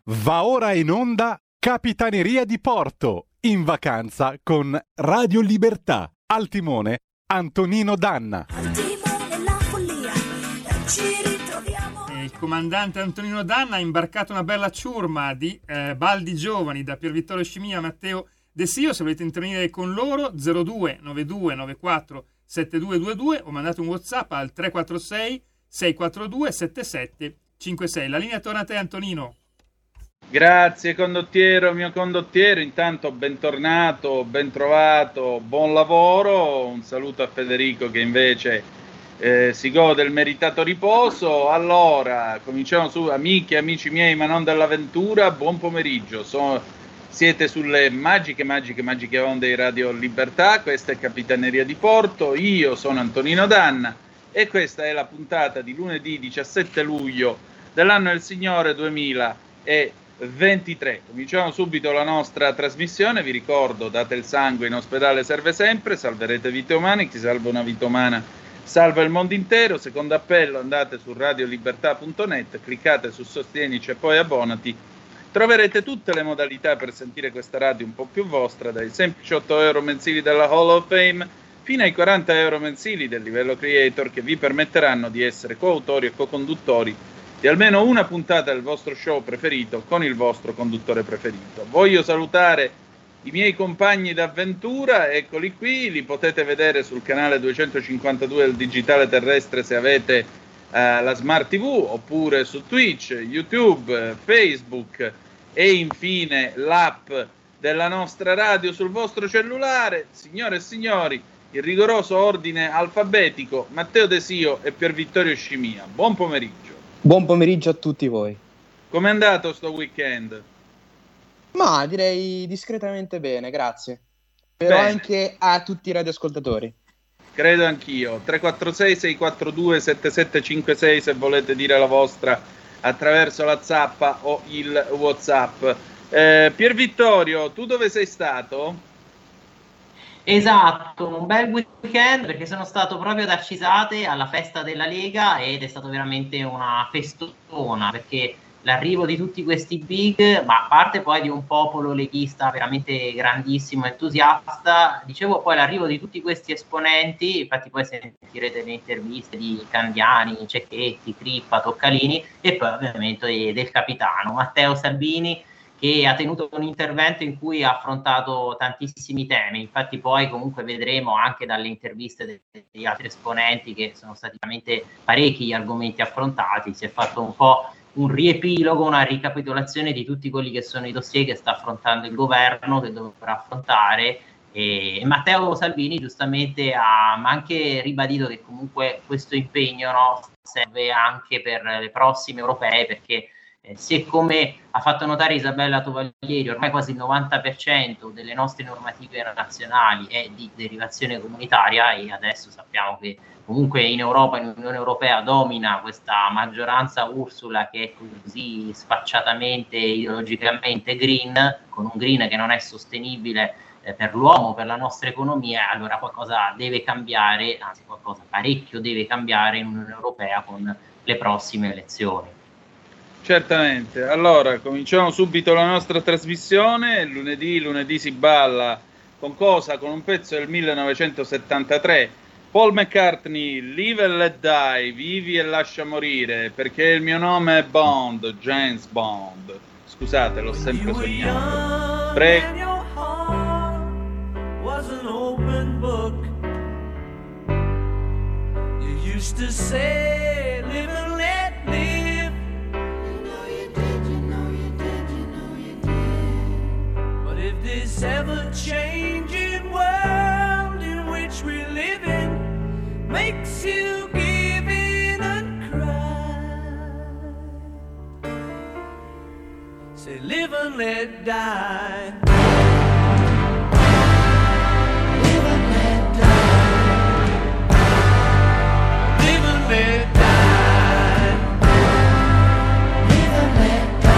Va ora in onda Capitaneria di Porto, in vacanza con Radio Libertà. Al timone Antonino Danna. Al timone la follia, ci ritroviamo. Il comandante Antonino Danna ha imbarcato una bella ciurma di baldi giovani da Pier Vittorio Scimia a Matteo De Sio. Se volete intervenire con loro 02 92 94 7222 o mandate un WhatsApp al 346 642 7756. La linea torna a te, Antonino. Grazie condottiero, mio condottiero, intanto bentornato, ben trovato, buon lavoro, un saluto a Federico che invece si gode del meritato riposo. Allora, cominciamo su, amiche e amici miei ma non dell'avventura, buon pomeriggio, siete sulle magiche onde di Radio Libertà, questa è Capitaneria di Porto, io sono Antonino Danna e questa è la puntata di lunedì 17 luglio dell'anno del Signore 2023. Cominciamo subito la nostra trasmissione. Vi ricordo, date il sangue, in ospedale serve sempre, salverete vite umane, chi salva una vita umana salva il mondo intero. Secondo appello, andate su radiolibertà.net, cliccate su sostienici e poi abbonati, troverete tutte le modalità per sentire questa radio un po' più vostra, dai semplici 8 euro mensili della Hall of Fame fino ai 40 euro mensili del livello creator, che vi permetteranno di essere coautori e co-conduttori di almeno una puntata del vostro show preferito con il vostro conduttore preferito. Voglio salutare i miei compagni d'avventura, eccoli qui, li potete vedere sul canale 252 del digitale terrestre se avete la Smart TV, oppure su Twitch, YouTube, Facebook e infine l'app della nostra radio sul vostro cellulare. Signore e signori, in rigoroso ordine alfabetico, Matteo De Sio e Pier Vittorio Scimia. Buon pomeriggio. Buon pomeriggio a tutti voi. Com'è andato sto weekend? Ma direi discretamente bene, grazie. Però Bene. Anche a tutti i radioascoltatori. Credo anch'io. 346 642 7756 se volete dire la vostra attraverso la zappa o il WhatsApp. Pier Vittorio, tu dove sei stato? Esatto, un bel weekend perché sono stato proprio da Cisate alla festa della Lega ed è stato veramente una festona, perché l'arrivo di tutti questi big, ma a parte poi di un popolo leghista veramente grandissimo, entusiasta, dicevo, poi l'arrivo di tutti questi esponenti, infatti poi sentirete le interviste di Candiani, Cecchetti, Crippa, Toccalini e poi ovviamente del capitano Matteo Salvini, che ha tenuto un intervento in cui ha affrontato tantissimi temi. Infatti poi comunque vedremo anche dalle interviste degli altri esponenti che sono stati veramente parecchi gli argomenti affrontati. Si è fatto un po' un riepilogo, una ricapitolazione di tutti quelli che sono i dossier che sta affrontando il governo, che dovrà affrontare, e Matteo Salvini giustamente ha anche ribadito che comunque questo impegno, no, serve anche per le prossime europee, perché se, come ha fatto notare Isabella Tovaglieri, ormai quasi il 90% delle nostre normative nazionali è di derivazione comunitaria, e adesso sappiamo che comunque in Europa, in Unione Europea, domina questa maggioranza Ursula che è così sfacciatamente ideologicamente green, con un green che non è sostenibile per l'uomo, per la nostra economia. Allora qualcosa deve cambiare, anzi qualcosa parecchio deve cambiare in Unione Europea con le prossime elezioni. Certamente. Allora, cominciamo subito la nostra trasmissione. Lunedì si balla con cosa? Con un pezzo del 1973. Paul McCartney, Live and Let Die, vivi e lascia morire, perché il mio nome è Bond, James Bond. Scusate, l'ho sempre sognato. Prego. You used to say, live and let live. If this ever-changing world in which we live in makes you give in and cry, say live and let die. Live and let die. Live and let die. Live and let die.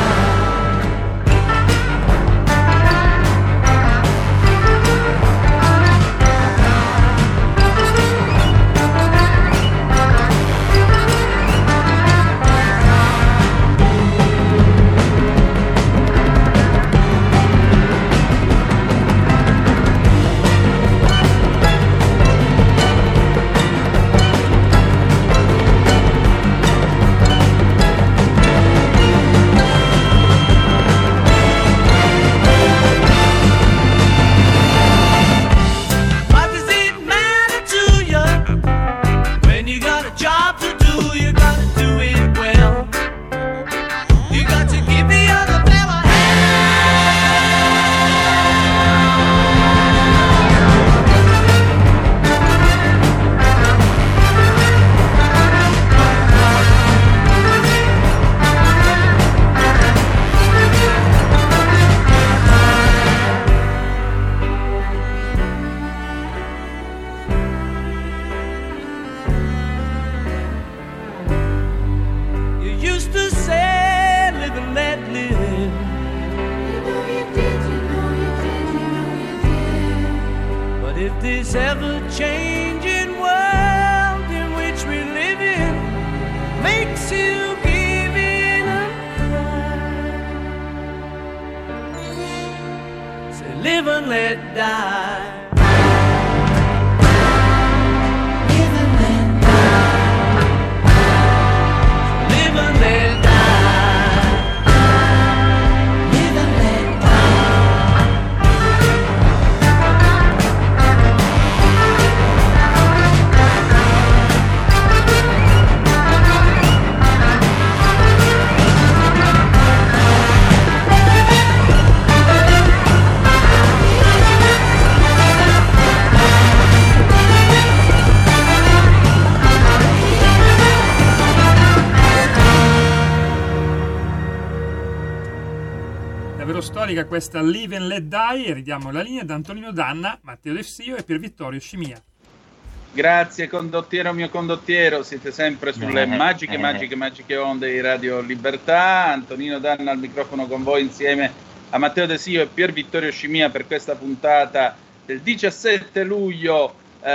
did. But if this ever-changing world in which we live in makes you give in a cry, say live and let die. Storica questa Live and Let Die, e ridiamo la linea da Antonino Danna, Matteo Dessio e Pier Vittorio Scimia. Grazie condottiero mio condottiero, siete sempre sulle magiche onde di Radio Libertà. Antonino Danna al microfono con voi insieme a Matteo Dessio e Pier Vittorio Scimia per questa puntata del 17 luglio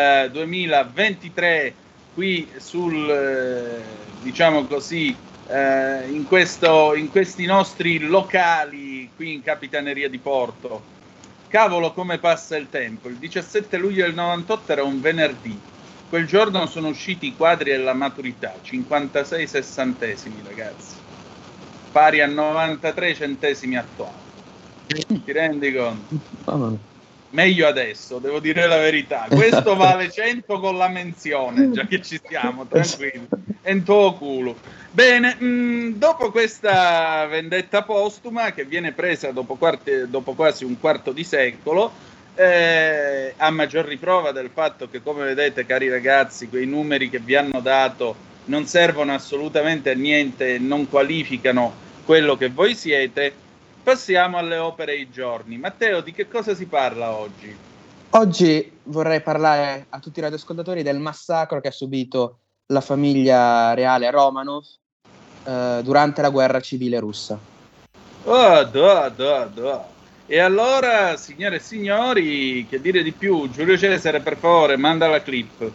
2023 qui sul diciamo così in questi nostri locali qui in Capitaneria di Porto. Cavolo come passa il tempo, il 17 luglio del 98 era un venerdì, quel giorno sono usciti i quadri della maturità, 56 sessantesimi ragazzi, pari a 93 centesimi attuali, ti rendi conto? Meglio adesso, devo dire la verità, questo vale 100 con la menzione, già che ci siamo, tranquillo, è in tuo culo. Bene, dopo questa vendetta postuma che viene presa dopo quasi un quarto di secolo, a maggior riprova del fatto che, come vedete cari ragazzi, quei numeri che vi hanno dato non servono assolutamente a niente, non qualificano quello che voi siete, passiamo alle opere e ai giorni. Matteo, di che cosa si parla oggi? Oggi vorrei parlare a tutti i radioascoltatori del massacro che ha subito la famiglia reale Romanov durante la guerra civile russa. E allora, signore e signori, che dire di più? Giulio Cesare, per favore, manda la clip.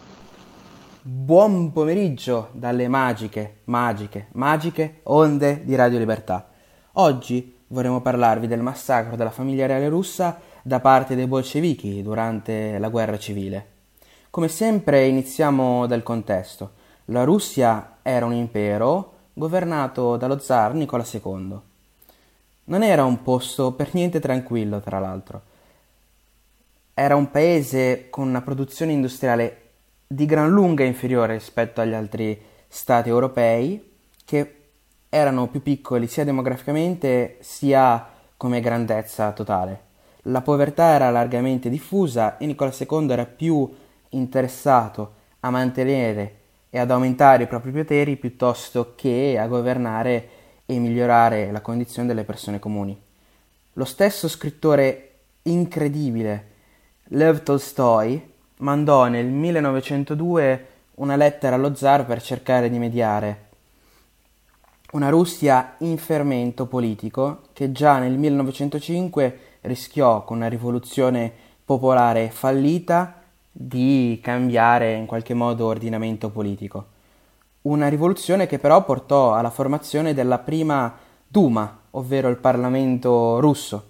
Buon pomeriggio dalle magiche onde di Radio Libertà. Oggi vorremmo parlarvi del massacro della famiglia reale russa da parte dei bolscevichi durante la guerra civile. Come sempre iniziamo dal contesto. La Russia era un impero governato dallo zar Nicola II. Non era un posto per niente tranquillo, tra l'altro. Era un paese con una produzione industriale di gran lunga inferiore rispetto agli altri stati europei, che erano più piccoli sia demograficamente sia come grandezza totale. La povertà era largamente diffusa e Nicola II era più interessato a mantenere e ad aumentare i propri poteri piuttosto che a governare e migliorare la condizione delle persone comuni. Lo stesso scrittore incredibile Lev Tolstoi mandò nel 1902 una lettera allo zar per cercare di mediare. Una Russia in fermento politico che già nel 1905 rischiò, con una rivoluzione popolare fallita, di cambiare in qualche modo ordinamento politico. Una rivoluzione che però portò alla formazione della prima Duma, ovvero il Parlamento russo,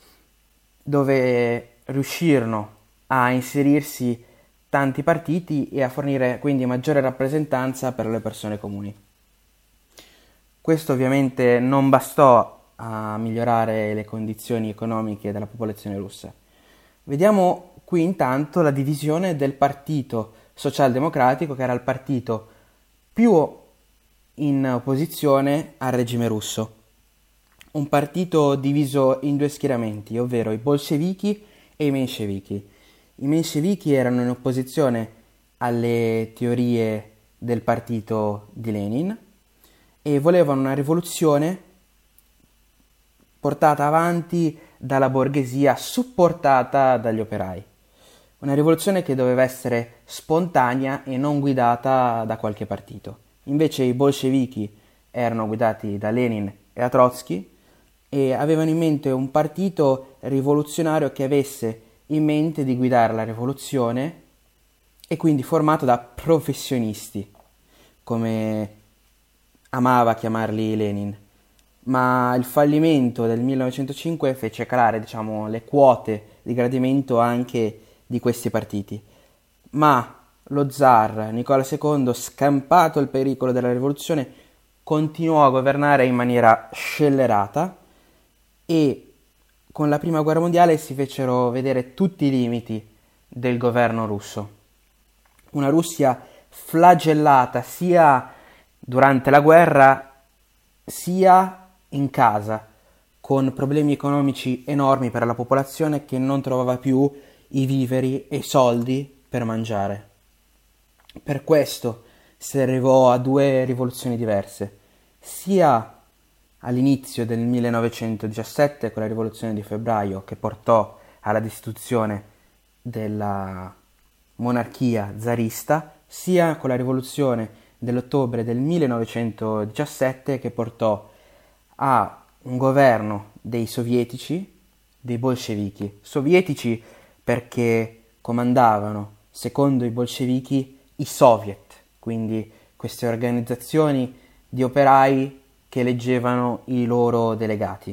dove riuscirono a inserirsi tanti partiti e a fornire quindi maggiore rappresentanza per le persone comuni. Questo ovviamente non bastò a migliorare le condizioni economiche della popolazione russa. Vediamo qui intanto la divisione del partito socialdemocratico, che era il partito più in opposizione al regime russo. Un partito diviso in due schieramenti, ovvero i bolscevichi e i menscevichi. I menscevichi erano in opposizione alle teorie del partito di Lenin e volevano una rivoluzione portata avanti dalla borghesia supportata dagli operai. Una rivoluzione che doveva essere spontanea e non guidata da qualche partito. Invece i bolscevichi erano guidati da Lenin e da Trotsky, e avevano in mente un partito rivoluzionario che avesse in mente di guidare la rivoluzione e quindi formato da professionisti, come amava chiamarli Lenin. Ma il fallimento del 1905 fece calare, diciamo, le quote di gradimento anche di questi partiti. Ma lo zar Nicola II, scampato il pericolo della rivoluzione, continuò a governare in maniera scellerata e con la prima guerra mondiale si fecero vedere tutti i limiti del governo russo. Una Russia flagellata sia durante la guerra sia in casa, con problemi economici enormi per la popolazione che non trovava più i viveri e i soldi per mangiare. Per questo si arrivò a due rivoluzioni diverse, sia all'inizio del 1917 con la rivoluzione di febbraio che portò alla destituzione della monarchia zarista, sia con la rivoluzione dell'ottobre del 1917 che portò a un governo dei sovietici, dei bolscevichi. Sovietici perché comandavano, secondo i bolscevichi, i soviet, quindi queste organizzazioni di operai che eleggevano i loro delegati.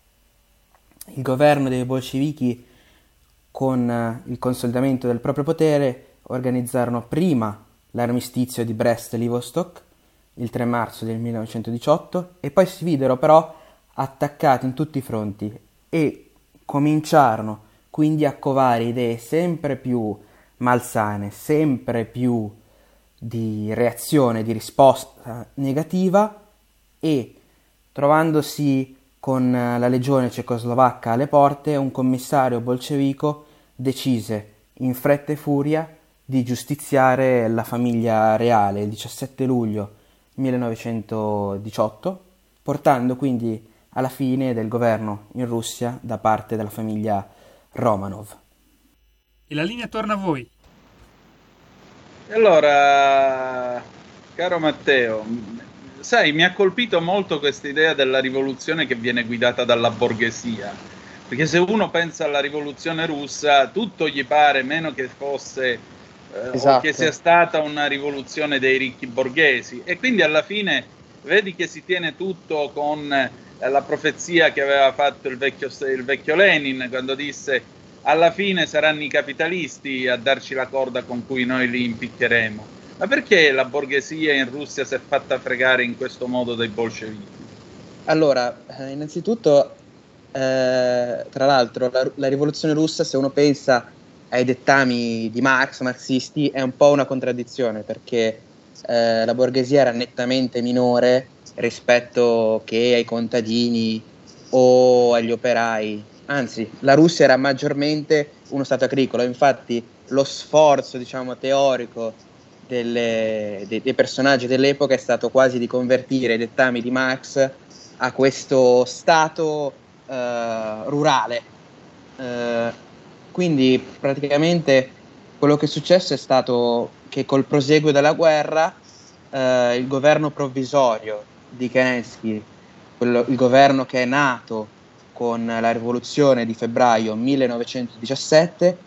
Il governo dei bolscevichi, con il consolidamento del proprio potere, organizzarono prima l'armistizio di Brest-Litovsk il 3 marzo del 1918 e poi si videro però attaccati in tutti i fronti e cominciarono quindi a covare idee sempre più malsane, sempre più di reazione, di risposta negativa, e trovandosi con la legione cecoslovacca alle porte, un commissario bolscevico decise in fretta e furia di giustiziare la famiglia reale il 17 luglio 1918, portando quindi alla fine del governo in Russia da parte della famiglia Romanov. E la linea torna a voi. E allora, caro Matteo, sai, mi ha colpito molto questa idea della rivoluzione che viene guidata dalla borghesia, perché se uno pensa alla rivoluzione russa, tutto gli pare meno che fosse o che sia stata una rivoluzione dei ricchi borghesi, e quindi alla fine vedi che si tiene tutto con la profezia che aveva fatto il vecchio Lenin, quando disse: alla fine saranno i capitalisti a darci la corda con cui noi li impiccheremo. Ma perché la borghesia in Russia si è fatta fregare in questo modo dai bolscevichi? Allora, innanzitutto, tra l'altro, la rivoluzione russa, se uno pensa ai dettami di Marx, marxisti, è un po' una contraddizione, perché la borghesia era nettamente minore rispetto che ai contadini o agli operai. Anzi, la Russia era maggiormente uno stato agricolo. Infatti lo sforzo, diciamo, teorico dei personaggi dell'epoca è stato quasi di convertire i dettami di Marx a questo stato rurale. Quindi praticamente quello che è successo è stato che col proseguo della guerra il governo provvisorio di Kerensky, il governo che è nato con la rivoluzione di febbraio 1917,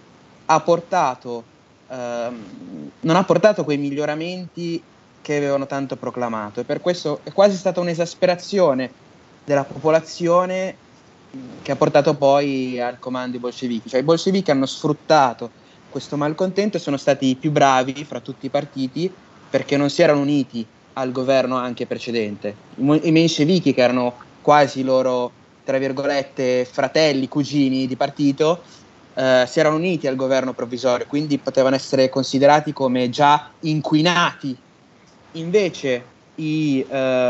non ha portato quei miglioramenti che avevano tanto proclamato, e per questo è quasi stata un'esasperazione della popolazione che ha portato poi al comando i bolscevichi. Cioè i bolscevichi hanno sfruttato questo malcontento e sono stati i più bravi fra tutti i partiti, perché non si erano uniti al governo anche precedente. I menscevichi, che erano quasi i loro, tra virgolette, fratelli, cugini di partito, si erano uniti al governo provvisorio, quindi potevano essere considerati come già inquinati. Invece i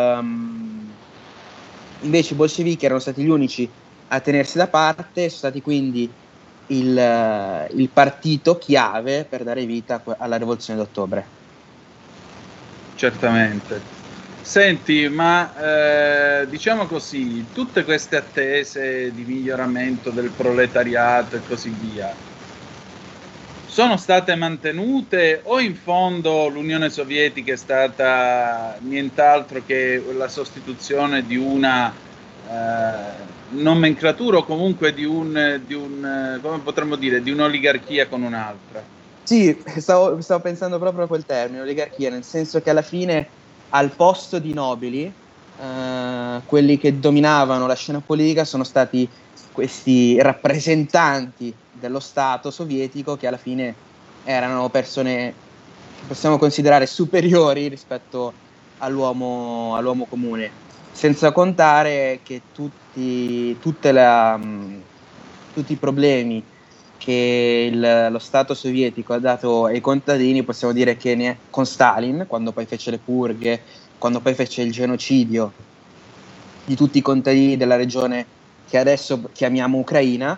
bolscevichi erano stati gli unici a tenersi da parte, sono stati quindi il partito chiave per dare vita alla rivoluzione d'ottobre. Certamente. Senti, ma diciamo così, tutte queste attese di miglioramento del proletariato e così via sono state mantenute, o in fondo l'Unione Sovietica è stata nient'altro che la sostituzione di una nomenclatura o comunque di un come potremmo dire, di un'oligarchia con un'altra. Sì, stavo pensando proprio a quel termine, oligarchia, nel senso che alla fine al posto di nobili, quelli che dominavano la scena politica sono stati questi rappresentanti dello Stato sovietico che alla fine erano persone che possiamo considerare superiori rispetto all'uomo comune. Senza contare che tutti i problemi che lo Stato sovietico ha dato ai contadini, possiamo dire che con Stalin, quando poi fece le purghe, quando poi fece il genocidio di tutti i contadini della regione che adesso chiamiamo Ucraina,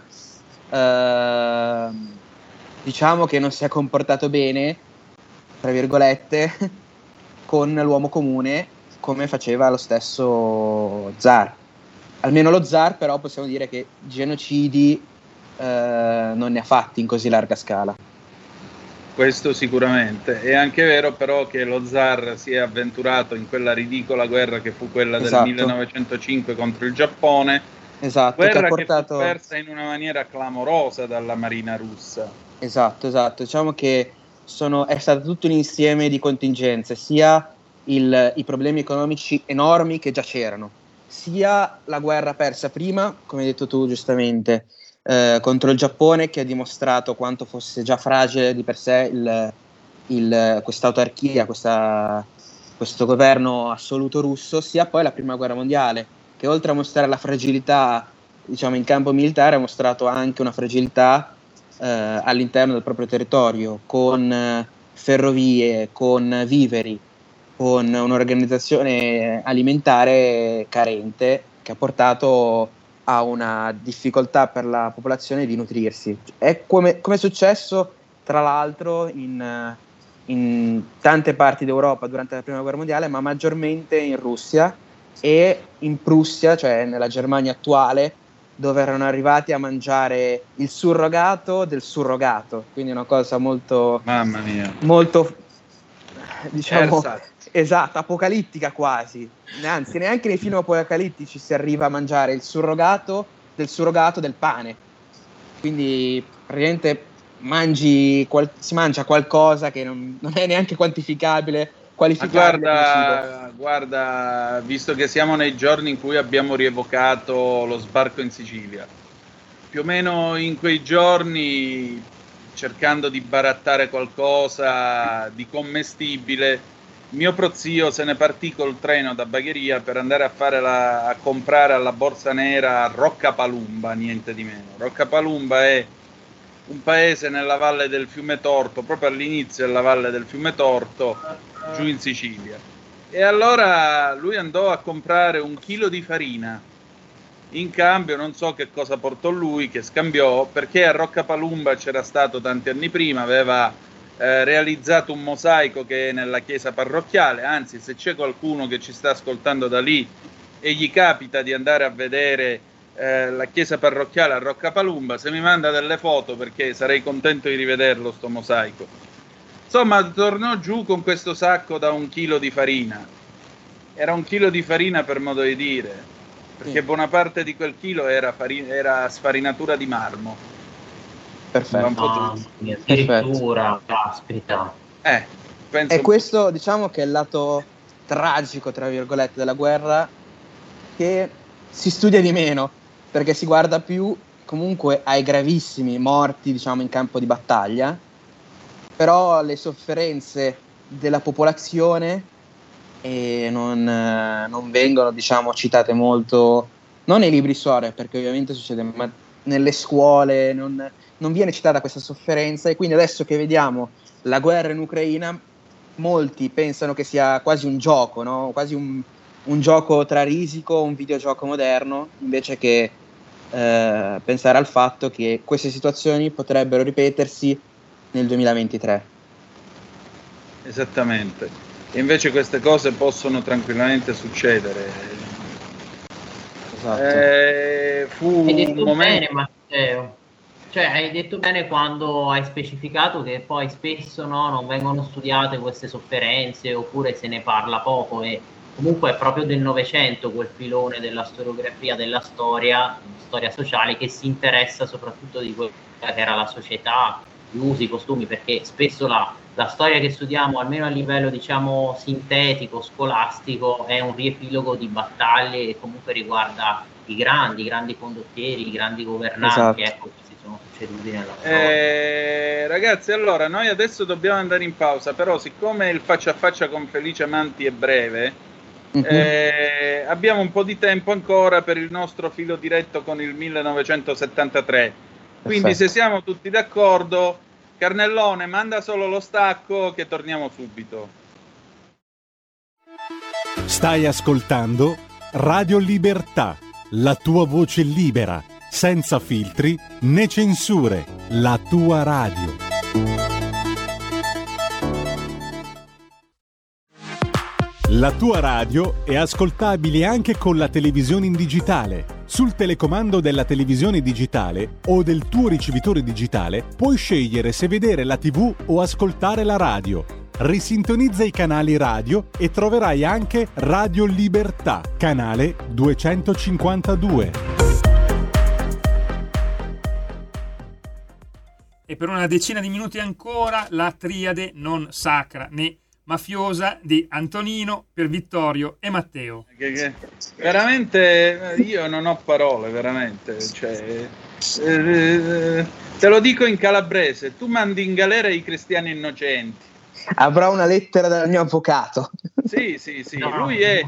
diciamo che non si è comportato bene, tra virgolette, con l'uomo comune, come faceva lo stesso zar. Almeno lo zar, però, possiamo dire che genocidi non ne ha fatti in così larga scala. Questo sicuramente. È anche vero però che lo zar si è avventurato in quella ridicola guerra che fu quella del 1905 contro il Giappone. Esatto, guerra che fu persa in una maniera clamorosa dalla marina russa. Esatto. Diciamo che è stato tutto un insieme di contingenze, sia i problemi economici enormi che già c'erano, sia la guerra persa prima, come hai detto tu giustamente, contro il Giappone, che ha dimostrato quanto fosse già fragile di per sé questa autarchia, questo governo assoluto russo, sia poi la prima guerra mondiale, che oltre a mostrare la fragilità, diciamo, in campo militare, ha mostrato anche una fragilità all'interno del proprio territorio, con ferrovie, con viveri, con un'organizzazione alimentare carente, che ha portato a una difficoltà per la popolazione di nutrirsi. È come è successo tra l'altro in tante parti d'Europa durante la prima guerra mondiale, ma maggiormente in Russia e in Prussia, cioè nella Germania attuale, dove erano arrivati a mangiare il surrogato del surrogato, quindi una cosa molto, mamma mia, molto, diciamo, esatto, apocalittica quasi. Anzi, neanche nei film apocalittici si arriva a mangiare il surrogato del pane. Quindi praticamente si mangia qualcosa che non è neanche quantificabile, qualificabile. Guarda, visto che siamo nei giorni in cui abbiamo rievocato lo sbarco in Sicilia, più o meno in quei giorni, cercando di barattare qualcosa di commestibile, mio prozio se ne partì col treno da Bagheria per andare a comprare alla Borsa Nera a Roccapalumba, niente di meno. Roccapalumba è un paese nella valle del Fiume Torto, proprio all'inizio della valle del Fiume Torto, giù in Sicilia. E allora lui andò a comprare 1 chilo di farina. In cambio non so che cosa portò lui, che scambiò, perché a Roccapalumba c'era stato tanti anni prima, aveva realizzato un mosaico che è nella chiesa parrocchiale. Anzi, se c'è qualcuno che ci sta ascoltando da lì e gli capita di andare a vedere la chiesa parrocchiale a Roccapalumba, se mi manda delle foto, perché sarei contento di rivederlo sto mosaico. Insomma, tornò giù con questo sacco da 1 chilo di farina. Era 1 chilo di farina, per modo di dire, perché buona parte di quel chilo era sfarinatura di marmo. Perfetto. Addirittura, caspita. E questo, diciamo, che è il lato tragico, tra virgolette, della guerra, che si studia di meno, perché si guarda più comunque ai gravissimi morti, diciamo, in campo di battaglia, però le sofferenze della popolazione non vengono, diciamo, citate molto, non nei libri storia, perché ovviamente succede, ma nelle scuole non viene citata questa sofferenza. E quindi adesso che vediamo la guerra in Ucraina, molti pensano che sia quasi un gioco, no? Quasi un gioco tra risico, un videogioco moderno, invece che pensare al fatto che queste situazioni potrebbero ripetersi nel 2023. Esattamente. E invece queste cose possono tranquillamente succedere. Esatto. Fu hai detto un momento... bene, Matteo. Cioè, hai detto bene quando hai specificato che poi spesso non vengono studiate queste sofferenze, oppure se ne parla poco, e comunque è proprio del Novecento quel filone della storiografia della storia sociale, che si interessa soprattutto di quella che era la società, gli usi, i costumi, perché spesso la storia che studiamo, almeno a livello diciamo sintetico, scolastico, è un riepilogo di battaglie e comunque riguarda i grandi condottieri, i grandi governanti, Esatto. ecco, che si sono succeduti nella storia. Ragazzi, allora noi adesso dobbiamo andare in pausa, però siccome il faccia a faccia con Felice Manti è breve, abbiamo un po' di tempo ancora per il nostro filo diretto con il 1973. Quindi Perfetto. se siamo tutti d'accordo, Carnellone, manda solo lo stacco che torniamo subito. Stai ascoltando Radio Libertà, la tua voce libera, senza filtri né censure, la tua radio. La tua radio è ascoltabile anche con la televisione in digitale. Sul telecomando della televisione digitale o del tuo ricevitore digitale puoi scegliere se vedere la TV o ascoltare la radio. Risintonizza i canali radio e troverai anche Radio Libertà, canale 252. E per una decina di minuti ancora la triade non sacra né mafiosa di Antonino, Piervittorio e Matteo. Veramente io non ho parole, veramente. Cioè, te lo dico in calabrese, tu mandi in galera i cristiani innocenti. Avrò una lettera dal mio avvocato. Sì. No, lui è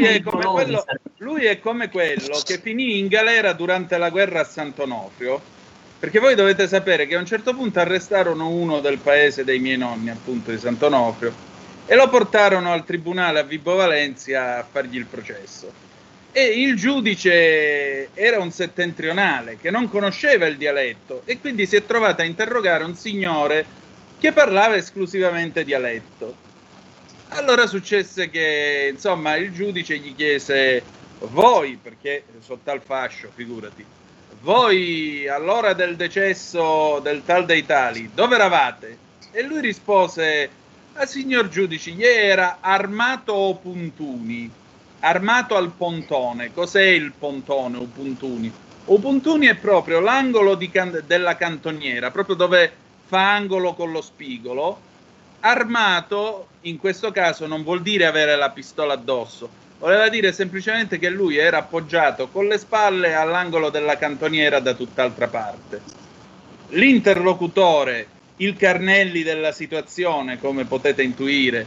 come quello che finì in galera durante la guerra a Sant'Onofrio, perché voi dovete sapere che a un certo punto arrestarono uno del paese dei miei nonni, appunto di Sant'Onofrio, e lo portarono al tribunale a Vibo Valentia a fargli il processo. E il giudice era un settentrionale che non conosceva il dialetto e quindi si è trovato a interrogare un signore che parlava esclusivamente dialetto. Allora successe che, insomma, il giudice gli chiese: voi, perché sotto al fascio, figurati, voi all'ora del decesso del tal dei tali, dove eravate? E lui rispose: signor giudice, io era armato o puntuni, armato al pontone. Cos'è il pontone o puntuni? O puntuni è proprio l'angolo della cantoniera, proprio dove fa angolo con lo spigolo. Armato, in questo caso, non vuol dire avere la pistola addosso, voleva dire semplicemente che lui era appoggiato con le spalle all'angolo della cantoniera da tutt'altra parte. L'interlocutore, il Carnelli della situazione, come potete intuire,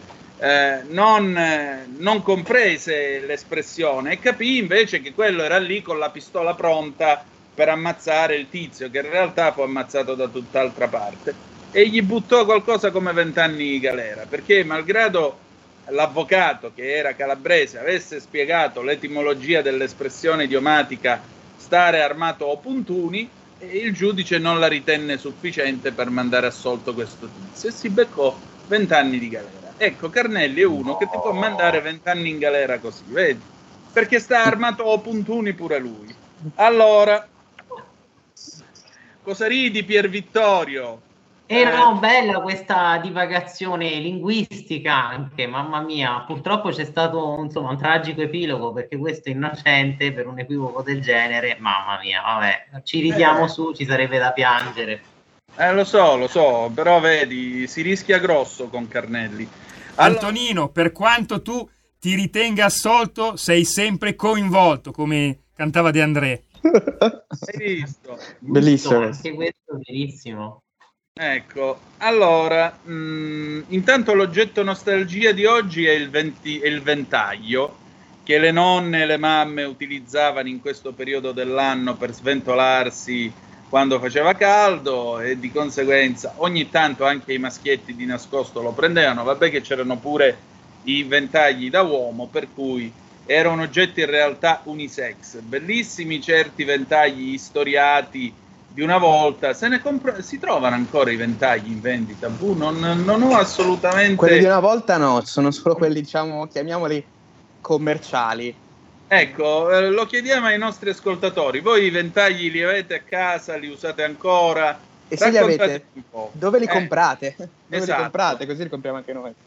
non comprese l'espressione e capì invece che quello era lì con la pistola pronta per ammazzare il tizio, che in realtà fu ammazzato da tutt'altra parte, e gli buttò qualcosa come 20 anni di galera, perché malgrado l'avvocato, che era calabrese, avesse spiegato l'etimologia dell'espressione idiomatica stare armato o puntuni, il giudice non la ritenne sufficiente per mandare assolto questo tizio e si beccò 20 anni di galera. Ecco, Carnelli è uno che ti può mandare 20 anni in galera così, vedi? Perché sta armato o puntuni pure lui. Allora, cosa ridi, Piervittorio? Era bella questa divagazione linguistica anche, mamma mia. Purtroppo c'è stato insomma un tragico epilogo, perché questo innocente per un equivoco del genere, mamma mia, vabbè, ci ridiamo su, ci sarebbe da piangere. Lo so, però vedi, si rischia grosso con Carnelli. Allora, Antonino, per quanto tu ti ritenga assolto, sei sempre coinvolto, come cantava De André. hai visto? Bellissimo. Anche questo è verissimo. Ecco, allora, intanto l'oggetto nostalgia di oggi è il ventaglio, che le nonne e le mamme utilizzavano in questo periodo dell'anno per sventolarsi quando faceva caldo, e di conseguenza ogni tanto anche i maschietti di nascosto lo prendevano. Vabbè che c'erano pure i ventagli da uomo, per cui era un oggetto in realtà unisex. Bellissimi certi ventagli istoriati di una volta, si trovano ancora i ventagli in vendita? Non ho assolutamente... Quelli di una volta no, sono solo quelli, diciamo, chiamiamoli commerciali. Ecco, lo chiediamo ai nostri ascoltatori: voi i ventagli li avete a casa, li usate ancora? E se li avete, un po'. dove li comprate? Dove esatto. li comprate? Così li compriamo anche noi.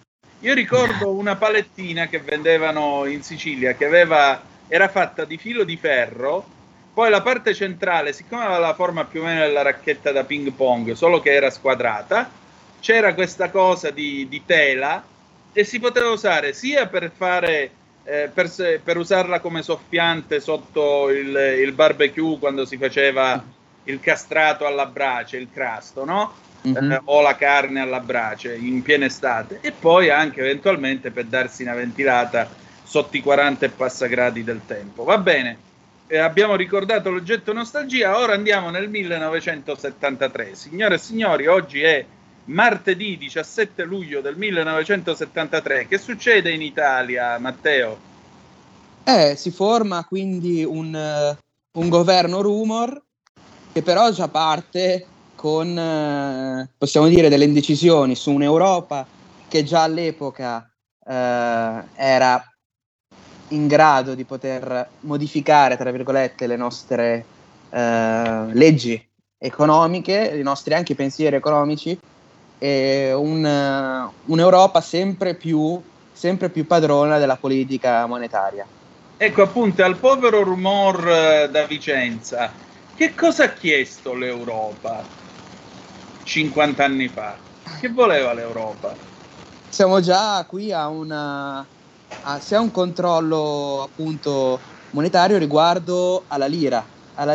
Io ricordo una palettina che vendevano in Sicilia che era fatta di filo di ferro, poi la parte centrale, siccome aveva la forma più o meno della racchetta da ping pong, solo che era squadrata, c'era questa cosa di tela e si poteva usare sia per fare per usarla come soffiante sotto il barbecue quando si faceva il castrato alla brace, il crasto, no? O la carne alla brace in piena estate, e poi anche eventualmente per darsi una ventilata sotto i 40 e passa gradi del tempo. Va bene, abbiamo ricordato l'oggetto nostalgia, ora andiamo nel 1973. Signore e signori, oggi è martedì 17 luglio del 1973. Che succede in Italia, Matteo? Si forma quindi un governo rumor che però già parte con, possiamo dire, delle indecisioni su un'Europa che già all'epoca era in grado di poter modificare, tra virgolette, le nostre leggi economiche, i nostri anche pensieri economici, e un'Europa sempre più padrona della politica monetaria. Ecco, appunto, al povero rumor da Vicenza, che cosa ha chiesto l'Europa 50 anni fa? Che voleva l'Europa? Siamo già qui a un controllo appunto monetario riguardo alla lira,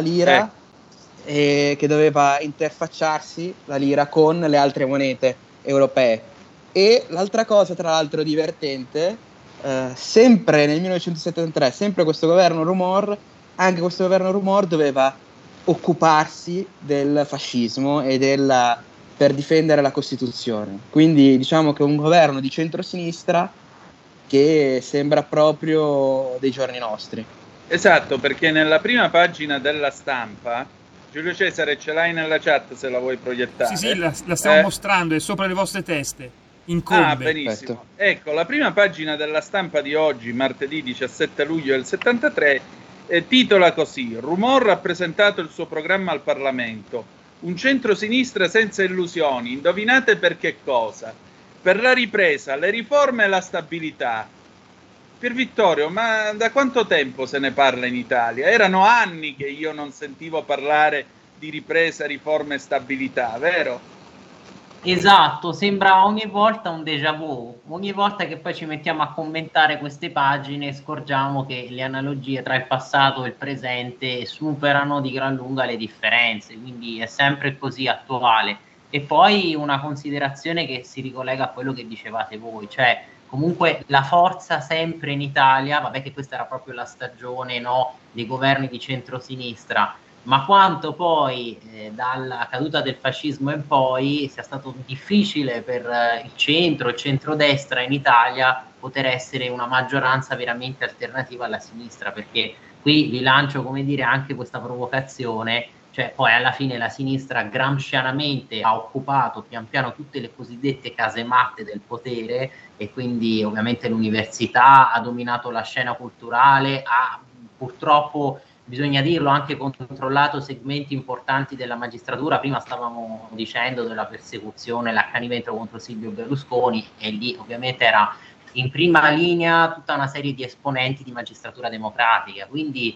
che doveva interfacciarsi la lira con le altre monete europee. E l'altra cosa, tra l'altro, divertente, sempre nel 1973, sempre questo governo rumor, anche questo governo rumor doveva occuparsi del fascismo e per difendere la Costituzione. Quindi diciamo che è un governo di centrosinistra che sembra proprio dei giorni nostri. Esatto, perché nella prima pagina della Stampa, Giulio Cesare, ce l'hai nella chat se la vuoi proiettare? Sì, la stiamo mostrando, è sopra le vostre teste. Incombe. Ah, benissimo. Ecco, la prima pagina della Stampa di oggi, martedì 17 luglio del 73, titola così: Rumor ha presentato il suo programma al Parlamento. Un centro-sinistra senza illusioni. Indovinate per che cosa? Per la ripresa, le riforme e la stabilità. Pier Vittorio, ma da quanto tempo se ne parla in Italia? Erano anni che io non sentivo parlare di ripresa, riforme e stabilità, vero? Esatto, sembra ogni volta un déjà vu. Ogni volta che poi ci mettiamo a commentare queste pagine scorgiamo che le analogie tra il passato e il presente superano di gran lunga le differenze, quindi è sempre così attuale. E poi una considerazione che si ricollega a quello che dicevate voi, cioè comunque la forza sempre in Italia, vabbè che questa era proprio la stagione, no, dei governi di centrosinistra, ma quanto poi dalla caduta del fascismo in poi sia stato difficile per il centrodestra in Italia poter essere una maggioranza veramente alternativa alla sinistra, perché qui vi lancio, come dire, anche questa provocazione, cioè poi alla fine la sinistra gramscianamente ha occupato pian piano tutte le cosiddette casematte del potere, e quindi ovviamente l'università ha dominato la scena culturale, ha purtroppo, bisogna dirlo, anche controllato segmenti importanti della magistratura. Prima stavamo dicendo della persecuzione, l'accanimento contro Silvio Berlusconi, e lì ovviamente era in prima linea tutta una serie di esponenti di magistratura democratica, quindi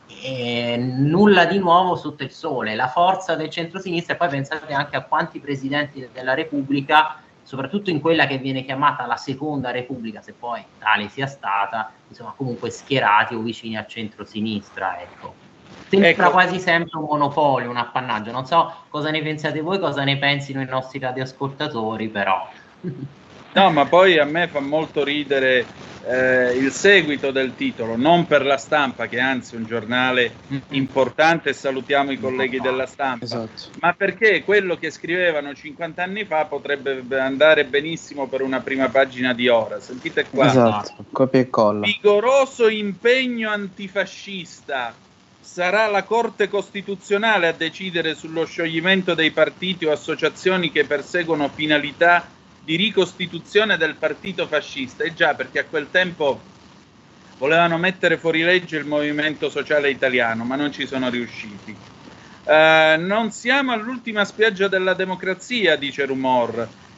nulla di nuovo sotto il sole. La forza del centro-sinistra, e poi pensate anche a quanti presidenti della Repubblica, soprattutto in quella che viene chiamata la seconda Repubblica, se poi tale sia stata, insomma comunque schierati o vicini al centro-sinistra, ecco. Sembra quasi sempre un monopolio, un appannaggio. Non so cosa ne pensate voi, cosa ne pensino i nostri radioascoltatori, però. No, ma poi a me fa molto ridere il seguito del titolo, non per la Stampa, che anzi è un giornale importante, e salutiamo i colleghi della Stampa, esatto, ma perché quello che scrivevano 50 anni fa potrebbe andare benissimo per una prima pagina di ora. Sentite qua. Esatto, copia e colla. Vigoroso impegno antifascista. Sarà la Corte Costituzionale a decidere sullo scioglimento dei partiti o associazioni che perseguono finalità di ricostituzione del partito fascista. E già, perché a quel tempo volevano mettere fuori legge il Movimento Sociale Italiano, ma non ci sono riusciti. Non siamo all'ultima spiaggia della democrazia, dice Rumor.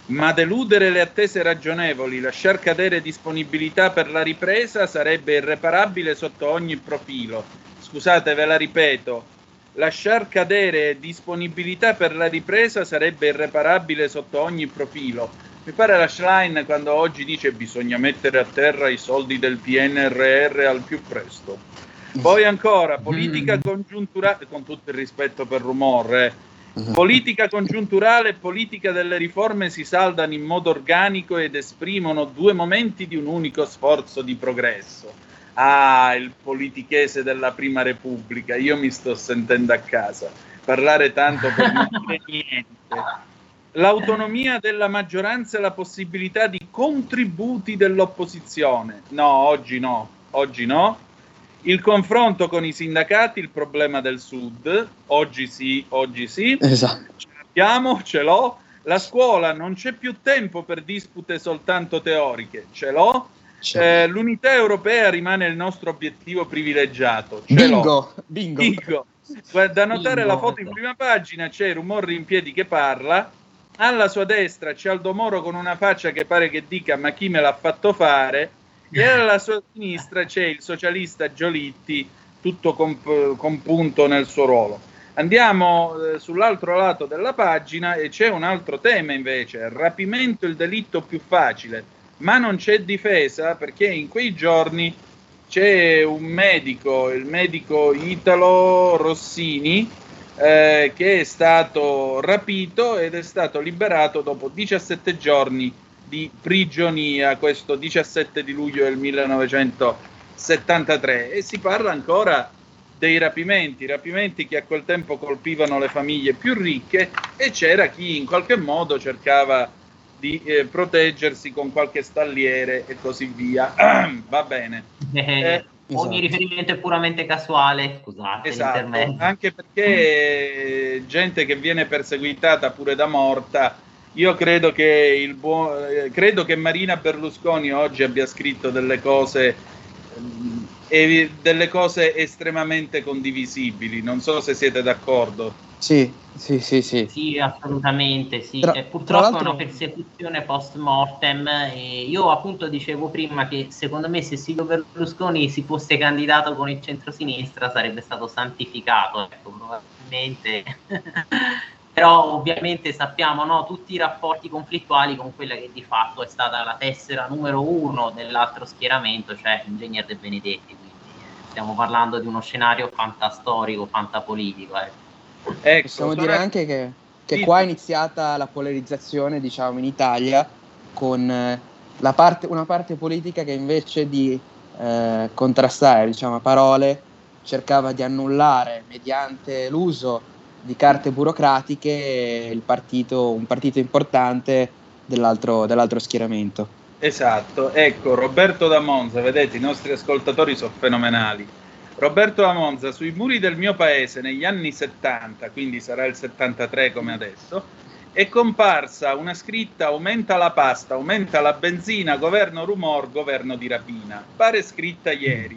Ma deludere le attese ragionevoli, lasciar cadere disponibilità per la ripresa sarebbe irreparabile sotto ogni profilo. Scusate, ve la ripeto. Lasciar cadere disponibilità per la ripresa sarebbe irreparabile sotto ogni profilo. Mi pare la Schlein quando oggi dice bisogna mettere a terra i soldi del PNRR al più presto. Poi ancora, politica congiunturale, con tutto il rispetto per Rumor, politica congiunturale e politica delle riforme si saldano in modo organico ed esprimono due momenti di un unico sforzo di progresso. Ah, il politichese della Prima Repubblica, io mi sto sentendo a casa parlare tanto per non dire niente. L'autonomia della maggioranza e la possibilità di contributi dell'opposizione. No, oggi no, oggi no. Il confronto con i sindacati, il problema del Sud, oggi sì, oggi sì. Esatto. Ce l'abbiamo, ce l'ho. La scuola, non c'è più tempo per dispute soltanto teoriche, ce l'ho. L'unità europea rimane il nostro obiettivo privilegiato, ce l'ho. Bingo. Da notare la foto in prima pagina, c'è Rumorri in piedi che parla, alla sua destra c'è Aldo Moro con una faccia che pare che dica ma chi me l'ha fatto fare, e alla sua sinistra c'è il socialista Giolitti tutto compunto nel suo ruolo. Andiamo sull'altro lato della pagina e c'è un altro tema invece, rapimento il delitto più facile, ma non c'è difesa perché in quei giorni c'è un medico, il medico Italo Rossini, che è stato rapito ed è stato liberato dopo 17 giorni di prigionia, questo 17 di luglio del 1973, e si parla ancora dei rapimenti che a quel tempo colpivano le famiglie più ricche e c'era chi in qualche modo cercava di proteggersi con qualche stalliere e così via. Va bene. Ogni riferimento è puramente casuale, scusate. Esatto, anche perché gente che viene perseguitata pure da morta. Io credo che credo che Marina Berlusconi oggi abbia scritto delle cose estremamente condivisibili. Non so se siete d'accordo. Sì. Sì, assolutamente, sì. Purtroppo è una persecuzione post mortem. Io appunto dicevo prima che secondo me se Silvio Berlusconi si fosse candidato con il centrosinistra sarebbe stato santificato, ecco, probabilmente. Però ovviamente sappiamo, no, tutti i rapporti conflittuali con quella che di fatto è stata la tessera numero 1 dell'altro schieramento, cioè Ingegner De Benedetti, quindi stiamo parlando di uno scenario fantastorico, fantapolitico. Ecco, possiamo dire anche che qua è iniziata la polarizzazione, diciamo, in Italia, con una parte politica che invece di contrastare, diciamo, a parole, cercava di annullare mediante l'uso di carte burocratiche un partito importante dell'altro schieramento. Esatto, ecco, Roberto da Monza, vedete, i nostri ascoltatori sono fenomenali. Roberto da Monza, sui muri del mio paese negli anni 70, quindi sarà il 73 come adesso, è comparsa una scritta: aumenta la pasta, aumenta la benzina, governo rumor, governo di rapina. Pare scritta ieri.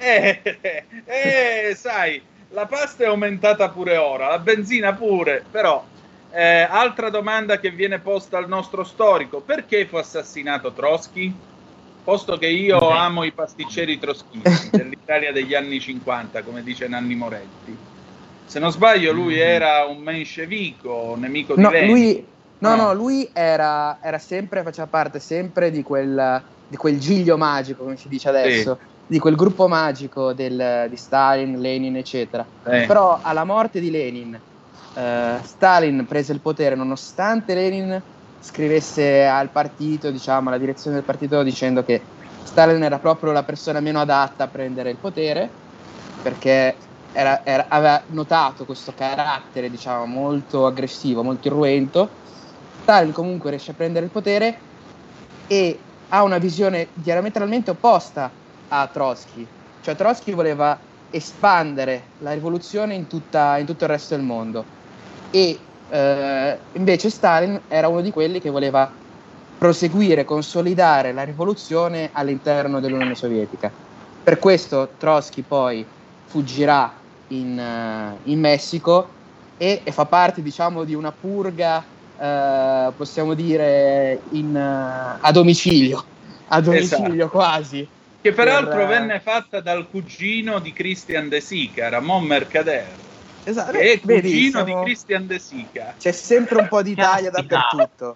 Sai, la pasta è aumentata pure ora, la benzina pure, però altra domanda che viene posta al nostro storico: perché fu assassinato Trotsky? Posto che io amo i pasticceri trotskisti dell'Italia degli anni 50, come dice Nanni Moretti. Se non sbaglio lui era un menscevico, nemico di Lenin. Lui era sempre, faceva parte sempre di quel giglio magico, come si dice adesso, sì, di quel gruppo magico di Stalin, Lenin, eccetera. Però alla morte di Lenin, Stalin prese il potere nonostante Lenin scrivesse al partito, diciamo, alla direzione del partito, dicendo che Stalin era proprio la persona meno adatta a prendere il potere, perché aveva notato questo carattere, diciamo, molto aggressivo, molto irruento. Stalin comunque riesce a prendere il potere e ha una visione diametralmente opposta a Trotsky. Cioè Trotsky voleva espandere la rivoluzione in tutto il resto del mondo e invece Stalin era uno di quelli che voleva proseguire, consolidare la rivoluzione all'interno dell'Unione Sovietica. Per questo Trotsky poi fuggirà in Messico e fa parte, diciamo, di una purga possiamo dire a domicilio Esatto. quasi. Che peraltro Per- venne fatta dal cugino di Christian De Sica, Ramon Mercader, Esatto, che è vedi, cugino siamo- di Christian De Sica. c'è sempre un po' di Italia Caspita. dappertutto.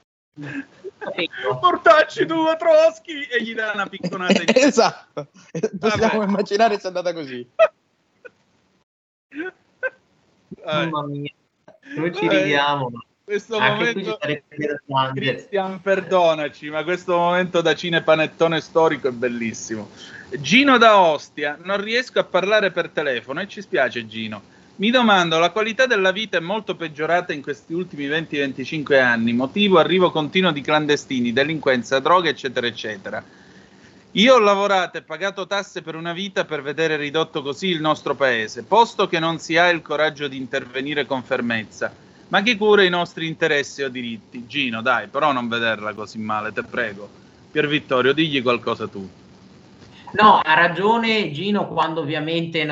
Portacci due Trotsky e gli dà una picconata in testa. Esatto, possiamo Vabbè. immaginare sia andata così. Vabbè. Mamma mia, noi ci Vabbè. ridiamo. Questo Anche qui ci momento, sarebbe da piangere. Christian, perdonaci, ma questo momento da cinepanettone storico è bellissimo. Gino da Ostia, non riesco a parlare per telefono e ci spiace Gino. Mi domando, la qualità della vita è molto peggiorata in questi ultimi 20-25 anni, motivo arrivo continuo di clandestini, delinquenza, droga, eccetera, eccetera. Io ho lavorato e pagato tasse per una vita per vedere ridotto così il nostro paese, posto che non si ha il coraggio di intervenire con fermezza. Ma chi cura i nostri interessi o diritti? Gino, dai, però non vederla così male, te prego. Pier Vittorio, digli qualcosa tu. No, ha ragione Gino quando ovviamente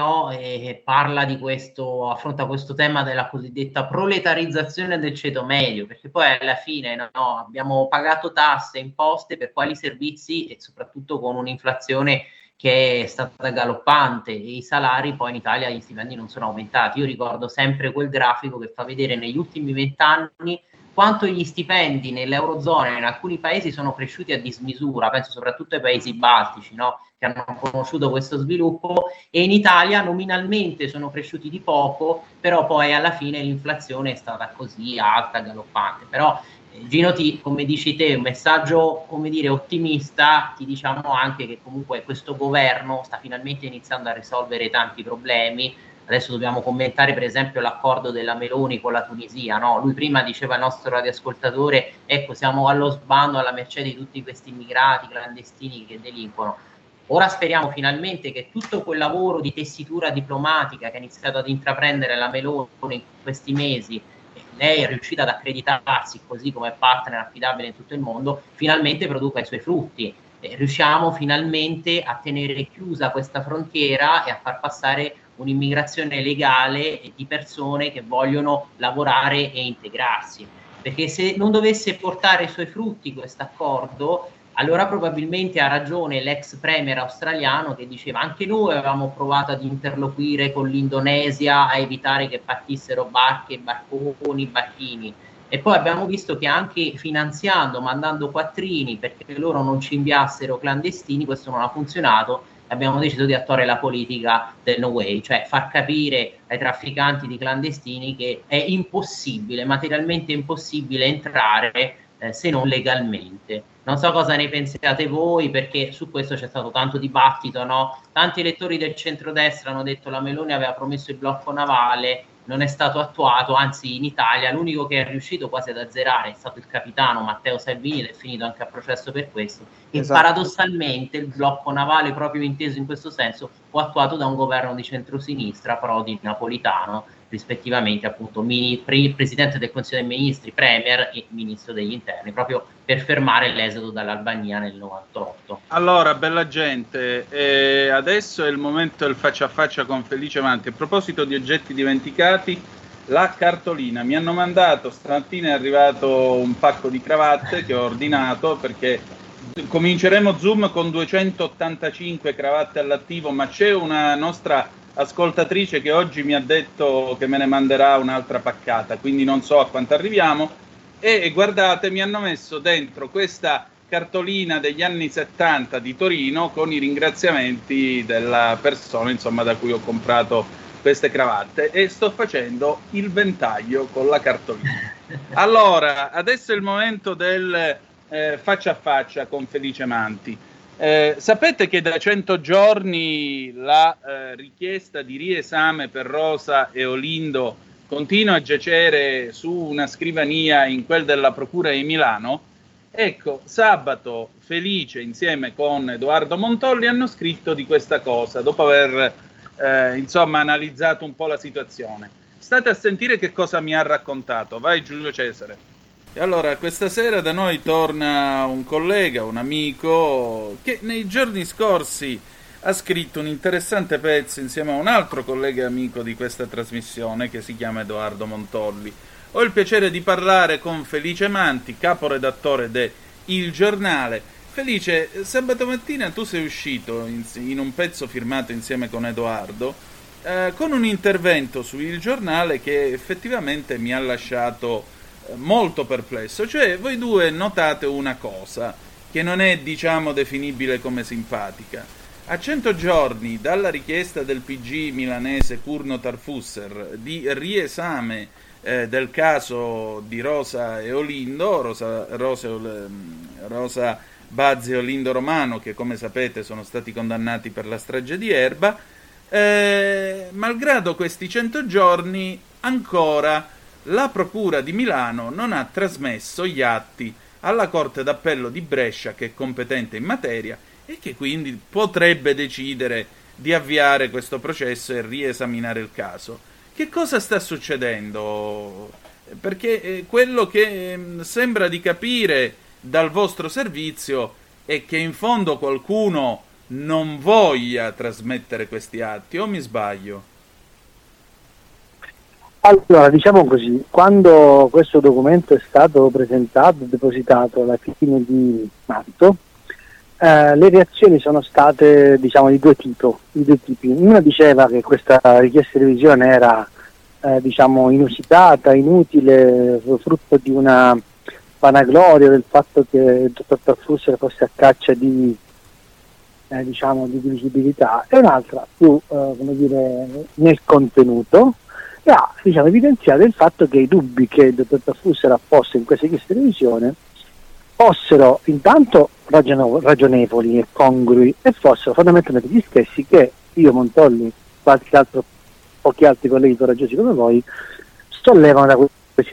parla di questo, affronta questo tema della cosiddetta proletarizzazione del ceto medio, perché poi alla fine abbiamo pagato tasse, imposte per quali servizi e soprattutto con un'inflazione che è stata galoppante e i salari poi in Italia gli stipendi non sono aumentati. Io ricordo sempre quel grafico che fa vedere negli ultimi 20 anni quanto gli stipendi nell'Eurozona e in alcuni paesi sono cresciuti a dismisura, penso soprattutto ai paesi baltici, che hanno conosciuto questo sviluppo, e in Italia nominalmente sono cresciuti di poco, però poi alla fine l'inflazione è stata così alta, galoppante. Però Gino, come dici te, un messaggio, come dire, ottimista, ti diciamo anche che comunque questo governo sta finalmente iniziando a risolvere tanti problemi. Adesso dobbiamo commentare per esempio l'accordo della Meloni con la Tunisia, no? Lui prima diceva al nostro radioascoltatore, ecco, siamo allo sbando, alla mercé di tutti questi immigrati clandestini che delinquono. Ora speriamo finalmente che tutto quel lavoro di tessitura diplomatica che ha iniziato ad intraprendere la Meloni in questi mesi, lei è riuscita ad accreditarsi così come partner affidabile in tutto il mondo, finalmente produca i suoi frutti. Riusciamo finalmente a tenere chiusa questa frontiera e a far passare un'immigrazione legale di persone che vogliono lavorare e integrarsi. Perché se non dovesse portare i suoi frutti questo accordo, allora probabilmente ha ragione l'ex premier australiano che diceva anche noi avevamo provato ad interloquire con l'Indonesia a evitare che partissero barche, barconi, barchini, e poi abbiamo visto che anche finanziando, mandando quattrini perché loro non ci inviassero clandestini, questo non ha funzionato. Abbiamo deciso di attuare la politica del no way, cioè far capire ai trafficanti di clandestini che è impossibile, materialmente impossibile entrare se non legalmente. Non so cosa ne pensiate voi, perché su questo c'è stato tanto dibattito, no? Tanti elettori del centrodestra hanno detto la Meloni aveva promesso il blocco navale, non è stato attuato, anzi in Italia l'unico che è riuscito quasi ad azzerare è stato il capitano Matteo Salvini, ed è finito anche a processo per questo. E Esatto. paradossalmente il blocco navale, proprio inteso in questo senso, fu attuato da un governo di centrosinistra, Prodi, Napolitano, rispettivamente appunto presidente del Consiglio dei Ministri, premier e ministro degli interni, proprio per fermare l'esodo dall'Albania nel 98. Allora, bella gente, adesso è il momento del faccia a faccia con Felice Manti. A proposito di oggetti dimenticati, la cartolina. Mi hanno mandato, stamattina è arrivato un pacco di cravatte che ho ordinato, perché cominceremo Zoom con 285 cravatte all'attivo, ma c'è una nostra ascoltatrice che oggi mi ha detto che me ne manderà un'altra paccata, quindi non so a quanto arriviamo. E guardate, mi hanno messo dentro questa cartolina degli anni 70 di Torino con i ringraziamenti della persona, insomma, da cui ho comprato queste cravatte, e sto facendo il ventaglio con la cartolina. Allora, adesso è il momento del faccia a faccia con Felice Manti. Sapete che da 100 giorni la richiesta di riesame per Rosa e Olindo continua a giacere su una scrivania in quel della Procura di Milano? Ecco, sabato Felice insieme con Edoardo Montolli hanno scritto di questa cosa, dopo aver insomma analizzato un po' la situazione. State a sentire che cosa mi ha raccontato. Vai Giulio Cesare. E allora, questa sera da noi torna un collega, un amico, che nei giorni scorsi ha scritto un interessante pezzo insieme a un altro collega e amico di questa trasmissione che si chiama Edoardo Montolli. Ho il piacere di parlare con Felice Manti, caporedattore de Il Giornale. Felice, sabato mattina tu sei uscito in un pezzo firmato insieme con Edoardo con un intervento su Il Giornale che effettivamente mi ha lasciato molto perplesso. Cioè, voi due notate una cosa che non è, diciamo, definibile come simpatica. A 100 giorni dalla richiesta del PG milanese Curno Tarfusser di riesame del caso di Rosa e Olindo, Rosa Bazzi e Olindo Romano, che come sapete sono stati condannati per la strage di Erba, malgrado questi 100 giorni ancora la Procura di Milano non ha trasmesso gli atti alla Corte d'Appello di Brescia, che è competente in materia e che quindi potrebbe decidere di avviare questo processo e riesaminare il caso. Che cosa sta succedendo? Perché quello che sembra di capire dal vostro servizio è che in fondo qualcuno non voglia trasmettere questi atti, o mi sbaglio? Allora, diciamo così, quando questo documento è stato presentato, depositato alla fine di marzo, le reazioni sono state, diciamo, di due tipi. Una diceva che questa richiesta di revisione era, diciamo, inusitata, inutile, frutto di una vanagloria del fatto che il dottor Tarfusser fosse a caccia di diciamo di visibilità, e un'altra più come dire nel contenuto, e ha, diciamo, evidenziato il fatto che i dubbi che il dottor Tarfusser ha posto in questa richiesta di revisione fossero intanto ragionevoli e congrui, e fossero fondamentalmente gli stessi che io, Montolli, pochi altri colleghi coraggiosi come voi sollevano da questi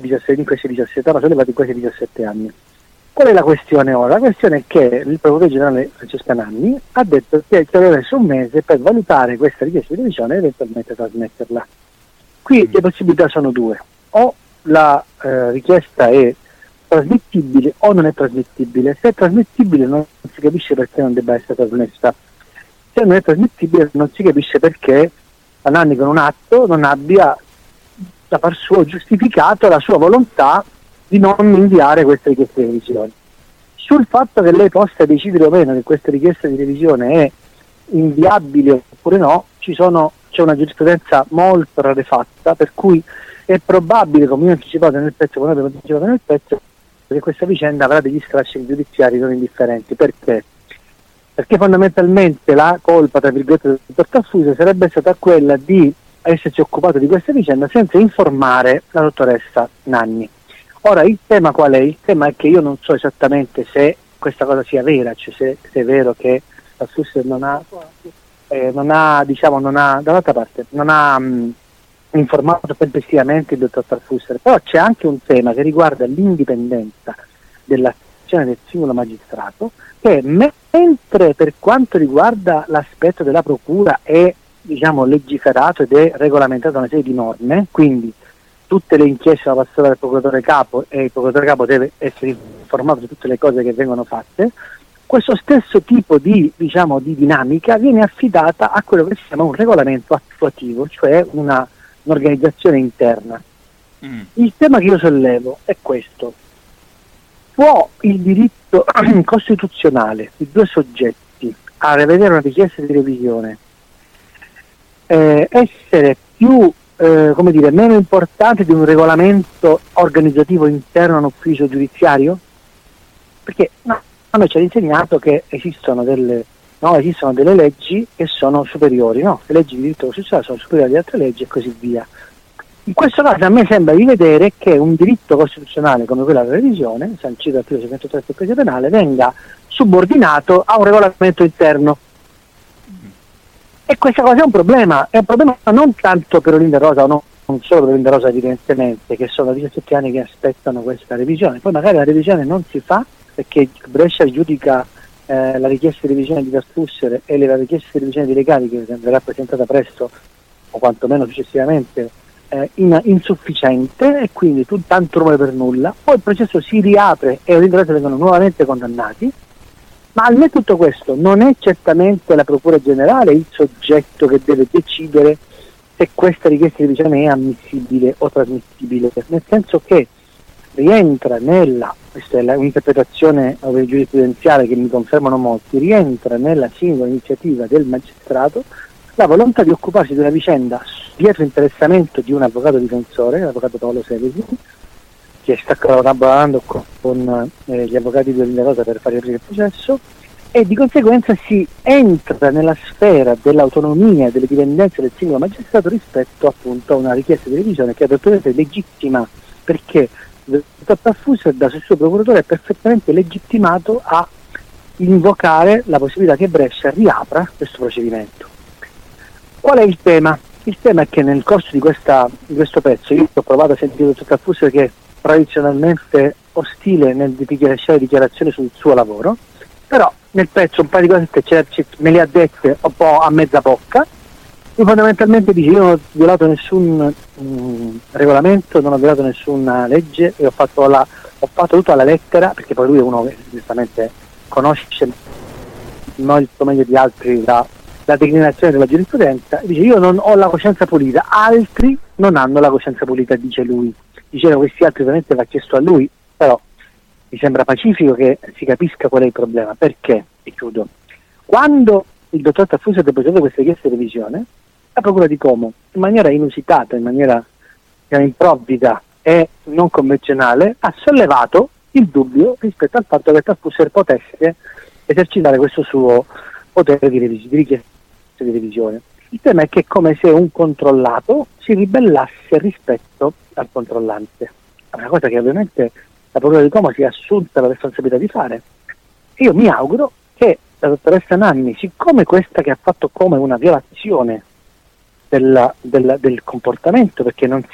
17 anni. Qual è la questione ora? La questione è che il procuratore generale Francesca Nanni ha detto che ci aveva messo un mese per valutare questa richiesta di revisione e eventualmente trasmetterla. Qui le possibilità sono due: o la richiesta è trasmettibile o non è trasmettibile. Se è trasmettibile non si capisce perché non debba essere trasmessa. Se non è trasmettibile non si capisce perché la Nanni con un atto non abbia da par suo giustificato la sua volontà di non inviare questa richiesta di revisione. Sul fatto che lei possa decidere o meno che questa richiesta di revisione è inviabile oppure no, c'è una giurisprudenza molto rarefatta, per cui è probabile, come io ho anticipato nel pezzo, che questa vicenda avrà degli strascichi giudiziari non indifferenti. Perché? Perché fondamentalmente la colpa, tra virgolette, del dottor Tarfusser sarebbe stata quella di essersi occupato di questa vicenda senza informare la dottoressa Nanni. Ora, il tema qual è? Il tema è che io non so esattamente se questa cosa sia vera, cioè se è vero che Tarfusser non ha dall'altra parte non ha informato tempestivamente il dottor Tarfusser. Però c'è anche un tema che riguarda l'indipendenza dell'azione del singolo magistrato, che mentre per quanto riguarda l'aspetto della procura è, diciamo, legiferato ed è regolamentato da una serie di norme, quindi tutte le inchieste sono passate dal procuratore capo e il procuratore capo deve essere informato di tutte le cose che vengono fatte, questo stesso tipo di, diciamo, di dinamica viene affidata a quello che si chiama un regolamento attuativo, cioè un'organizzazione interna. Il tema che io sollevo è questo: può il diritto costituzionale di due soggetti a rivedere una richiesta di revisione essere più meno importante di un regolamento organizzativo interno a un ufficio giudiziario? Perché a noi ci ha insegnato che esistono delle leggi che sono superiori, no? Le leggi di diritto costituzionale sono superiori alle altre leggi e così via. In questo caso a me sembra di vedere che un diritto costituzionale come quello della revisione, sancito dall'articolo 603 del codice penale, venga subordinato a un regolamento interno. E questa cosa è un problema non tanto per Olindo Rosa, o no, non solo per Olindo Rosa evidentemente, che sono 17 anni che aspettano questa revisione, poi magari la revisione non si fa perché Brescia giudica la richiesta di revisione di Tarfusser e la richiesta di revisione di Legali, che verrà presentata presto o quantomeno successivamente, insufficiente, e quindi tanto rumore per nulla. Poi il processo si riapre e Olindo Rosa vengono nuovamente condannati, Ma al netto di tutto questo, non è certamente la Procura Generale il soggetto che deve decidere se questa richiesta di revisione è ammissibile o trasmissibile, nel senso che rientra questa è un'interpretazione giurisprudenziale che mi confermano molti, rientra nella singola iniziativa del magistrato la volontà di occuparsi di una vicenda dietro interessamento di un avvocato difensore, l'avvocato Paolo Sevesi, che sta collaborando con gli avvocati di Linda Rosa per fare il processo, e di conseguenza si entra nella sfera dell'autonomia e delle dipendenze del singolo magistrato rispetto appunto a una richiesta di revisione che è assolutamente legittima, perché il dottor Tarfusser da suo procuratore è perfettamente legittimato a invocare la possibilità che Brescia riapra questo procedimento. Qual è il tema? Il tema è che nel corso di questo pezzo io ho provato a sentire il dottor Tarfusser, che è tradizionalmente ostile nel lasciare dichiarazioni sul suo lavoro, però nel pezzo un paio di cose me le ha dette un po' a mezza bocca. Lui fondamentalmente dice: io non ho violato nessun regolamento, non ho violato nessuna legge e ho fatto tutto alla lettera, perché poi lui è uno che giustamente conosce molto meglio di altri la declinazione della giurisprudenza. Dice: io non ho la coscienza pulita, altri non hanno la coscienza pulita, dice lui. Diceva questi altri ovviamente va chiesto a lui, però mi sembra pacifico che si capisca qual è il problema. Perché? E chiudo. Quando il dottor Tarfusser ha depositato questa richiesta di revisione, la Procura di Como, in maniera inusitata, in maniera improvvida e non convenzionale, ha sollevato il dubbio rispetto al fatto che Tarfusser potesse esercitare questo suo potere di richiesta di revisione. Il tema è che è come se un controllato si ribellasse rispetto al controllante. È una cosa che ovviamente la Procura di Como si è assunta la responsabilità di fare. E io mi auguro che la dottoressa Nanni, siccome questa che ha fatto come una violazione del comportamento, perché non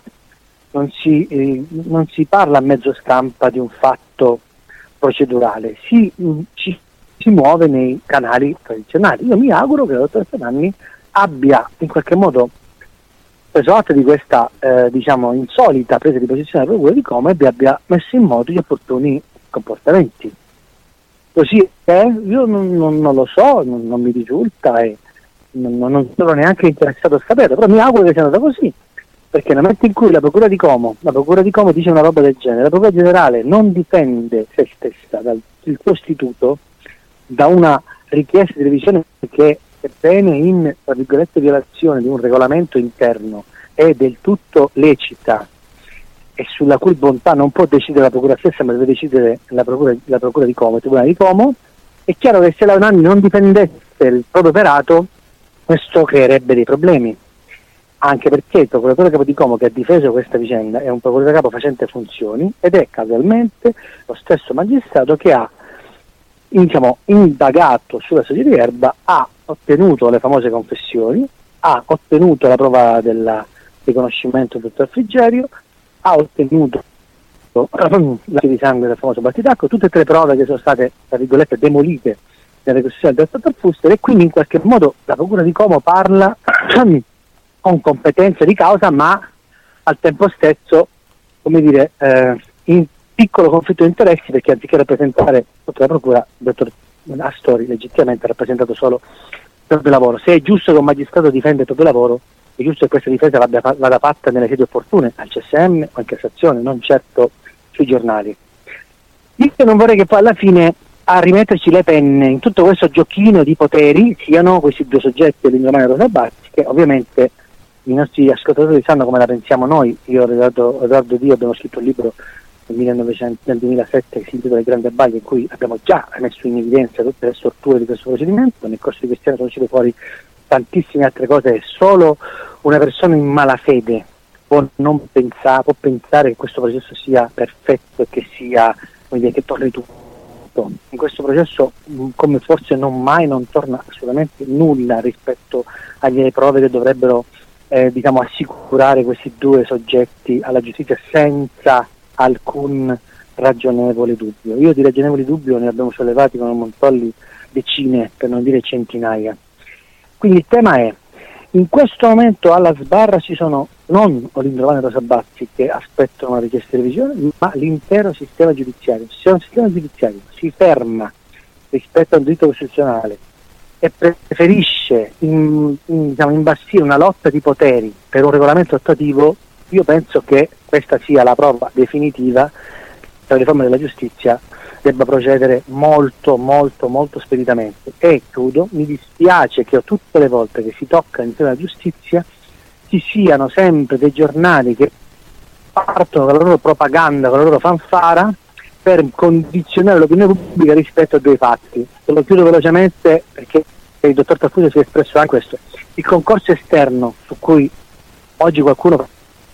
si parla a mezzo stampa di un fatto procedurale, si muove nei canali tradizionali. Io mi auguro che la dottoressa Nanni abbia in qualche modo preso atto di questa insolita presa di posizione della Procura di Como e abbia messo in moto gli opportuni comportamenti. Così io non lo so, non mi risulta e non sono neanche interessato a sapere, però mi auguro che sia andata così, perché nel momento in cui la Procura di Como dice una roba del genere, la Procura Generale non difende se stessa dal suo istituto da una richiesta di revisione che sebbene in, tra virgolette, violazione di un regolamento interno è del tutto lecita e sulla cui bontà non può decidere la Procura stessa, ma deve decidere la Procura di Como, il Tribunale di Como, è chiaro che se la Nanni non difendesse il proprio operato, questo creerebbe dei problemi, anche perché il procuratore capo di Como che ha difeso questa vicenda è un procuratore capo facente funzioni ed è casualmente lo stesso magistrato che ha indagato sulla società di Erba, ha ottenuto le famose confessioni, ha ottenuto la prova del riconoscimento del dottor Frigerio, ha ottenuto la di sangue del famoso battitacco, tutte e tre prove che sono state, tra virgolette, demolite nella ricostruzione del dottor Tarfusser, e quindi in qualche modo la Procura di Como parla con competenza di causa, ma al tempo stesso, come dire, in piccolo conflitto di interessi, perché anziché rappresentare tutta la Procura, il dottor Astori legittimamente ha rappresentato solo il proprio lavoro. Se è giusto che un magistrato difenda il proprio lavoro, è giusto che questa difesa vada fatta nelle sedi opportune, al CSM o in Cassazione, non certo sui giornali. Io non vorrei che poi alla fine a rimetterci le penne in tutto questo giochino di poteri siano questi due soggetti, l'Indomani e Rosa Bazzi, che ovviamente i nostri ascoltatori sanno come la pensiamo noi. Io e Edoardo Dio abbiamo scritto un libro nel 2007 che si intitola Il Grande Abbaglio, in cui abbiamo già messo in evidenza tutte le storture di questo procedimento. Nel corso di questi anni sono uscite fuori tantissime altre cose che solo una persona in malafede può pensare che questo processo sia perfetto e che sia, come dire, che torni tutto. In questo processo, come forse non torna assolutamente nulla rispetto alle prove che dovrebbero assicurare questi due soggetti alla giustizia senza alcun ragionevole dubbio. Io di ragionevoli dubbio ne abbiamo sollevati con Montolli decine, per non dire centinaia. Quindi il tema è: in questo momento alla sbarra ci sono non Olindrovano e Rosa Bazzi che aspettano una richiesta di revisione, ma l'intero sistema giudiziario. Se un sistema giudiziario si ferma rispetto a un diritto costituzionale e preferisce imbastire una lotta di poteri per un regolamento attuativo, io penso che questa sia la prova definitiva che la riforma della giustizia debba procedere molto molto molto speditamente. E chiudo, mi dispiace che tutte le volte che si tocca in tema della giustizia ci siano sempre dei giornali che partono con la loro propaganda, con la loro fanfara per condizionare l'opinione pubblica rispetto a dei fatti. Lo chiudo velocemente perché il dottor Tartuso si è espresso anche questo. Il concorso esterno su cui oggi qualcuno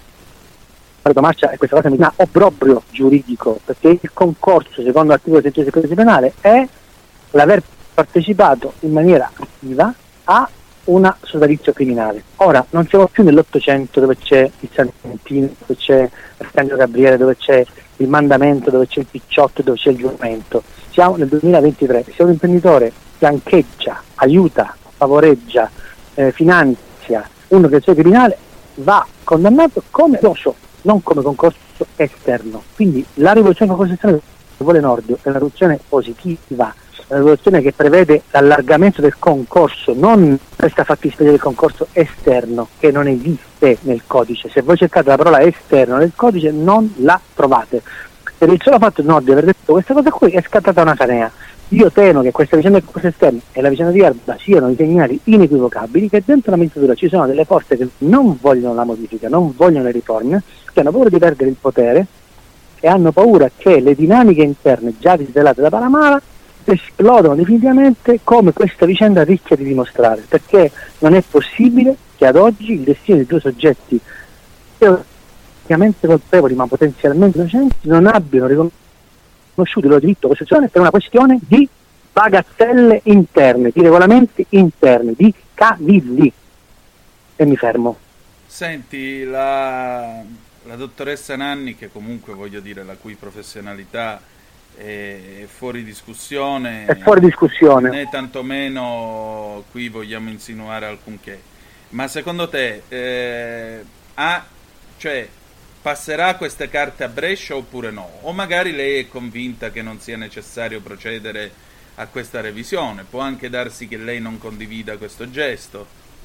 marcia, e questa cosa mi dà obbrobrio giuridico, perché il concorso, secondo l'articolo 16 del codice penale, è l'aver partecipato in maniera attiva a una sodalizio criminale. Ora non siamo più nell'800 dove c'è il Santino, dove c'è Arcangelo Gabriele, dove c'è il mandamento, dove c'è il picciotto, dove c'è il giuramento. Siamo nel 2023, se un imprenditore fiancheggia, aiuta, favoreggia, finanzia uno che è criminale, va condannato come doso, non come concorso esterno. Quindi la rivoluzione del concorso esterno che vuole Nordio è una rivoluzione positiva, una rivoluzione che prevede l'allargamento del concorso, non questa fattispecie del concorso esterno che non esiste nel codice. Se voi cercate la parola esterno nel codice non la trovate. Per il solo fatto di Nordio aver detto questa cosa qui è scattata una canea. Io temo che questa vicenda del concorso esterno e la vicenda di Erba siano i segnali inequivocabili che dentro la magistratura ci sono delle forze che non vogliono la modifica, non vogliono le riforme, che hanno paura di perdere il potere e hanno paura che le dinamiche interne già disvelate da Palamara esplodano definitivamente, come questa vicenda rischia di dimostrare, perché non è possibile che ad oggi il destino di due soggetti teoricamente colpevoli ma potenzialmente innocenti non abbiano riconosciuto il loro diritto costituzionale per una questione di bagazzelle interne, di regolamenti interni, di cavilli. E mi fermo. Senti, la dottoressa Nanni, che comunque voglio dire la cui professionalità è fuori discussione, né tantomeno qui vogliamo insinuare alcunché, ma secondo te passerà queste carte a Brescia oppure no? O magari lei è convinta che non sia necessario procedere a questa revisione? Può anche darsi che lei non condivida questo gesto.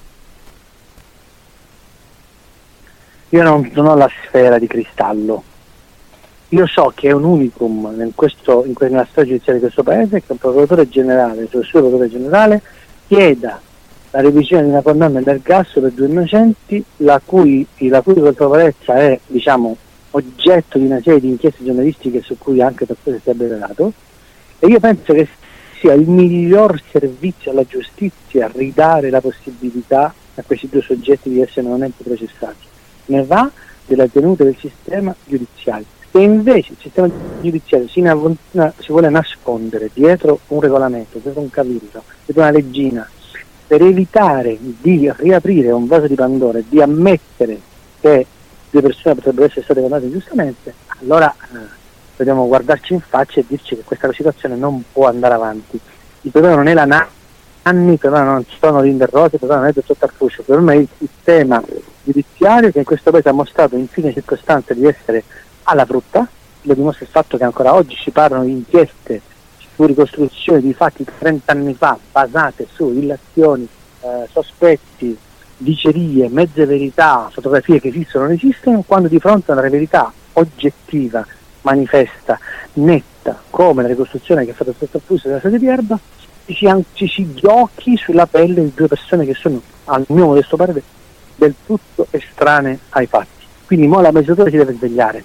Io non ho la sfera di cristallo. Io so che è un unicum nella storia giudiziaria di questo paese che un procuratore generale, il suo procuratore generale, chieda la revisione di una condanna dell'ergastolo per due innocenti la cui colpevolezza è, oggetto di una serie di inchieste giornalistiche su cui anche per questo si è abbreviato, e io penso che sia il miglior servizio alla giustizia ridare la possibilità a questi due soggetti di essere nuovamente processati. Ne va della tenuta del sistema giudiziario. Se invece il sistema giudiziario si vuole nascondere dietro un regolamento, dietro un cavillo, dietro una leggina, per evitare di riaprire un vaso di Pandora e di ammettere che due persone potrebbero essere state condannate ingiustamente, allora dobbiamo guardarci in faccia e dirci che questa situazione non può andare avanti. Il problema non è la Nanni, il problema non sono Linder Rossi, il problema non è il dottor Tartuso, il problema è il sistema giudiziario che in questo paese ha mostrato in fine circostanze di essere alla frutta. Lo dimostra il fatto che ancora oggi si parlano di inchieste su ricostruzioni di fatti 30 anni fa basate su illazioni, sospetti, dicerie, mezze verità, fotografie che esistono o non esistono, quando di fronte a una verità oggettiva, manifesta, netta, come la ricostruzione che ha fatto il dottor Tartuso della strage di Erba, ci si giochi sulla pelle di due persone che sono, al mio modesto parere, del tutto estranee ai fatti. Quindi la magistratura si deve svegliare,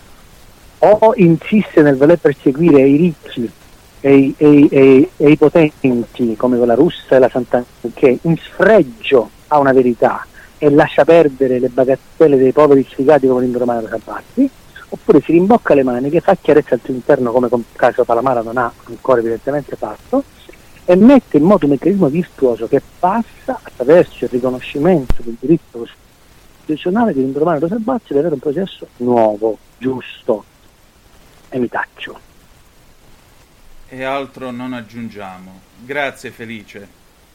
o insiste nel voler perseguire i ricchi e i potenti come quella russa e la Sant'Anna, che in sfregio a una verità e lascia perdere le bagazzelle dei poveri sfigati come Lindo Romano Rosa Bazzi, oppure si rimbocca le maniche, fa chiarezza al suo interno come con caso Palamara non ha ancora evidentemente fatto, e mette in moto un meccanismo virtuoso che passa attraverso il riconoscimento del diritto costituzionale di Lindo Romano Rosa Bazzi per avere un processo nuovo, giusto, e mi taccio. E altro non aggiungiamo. Grazie Felice.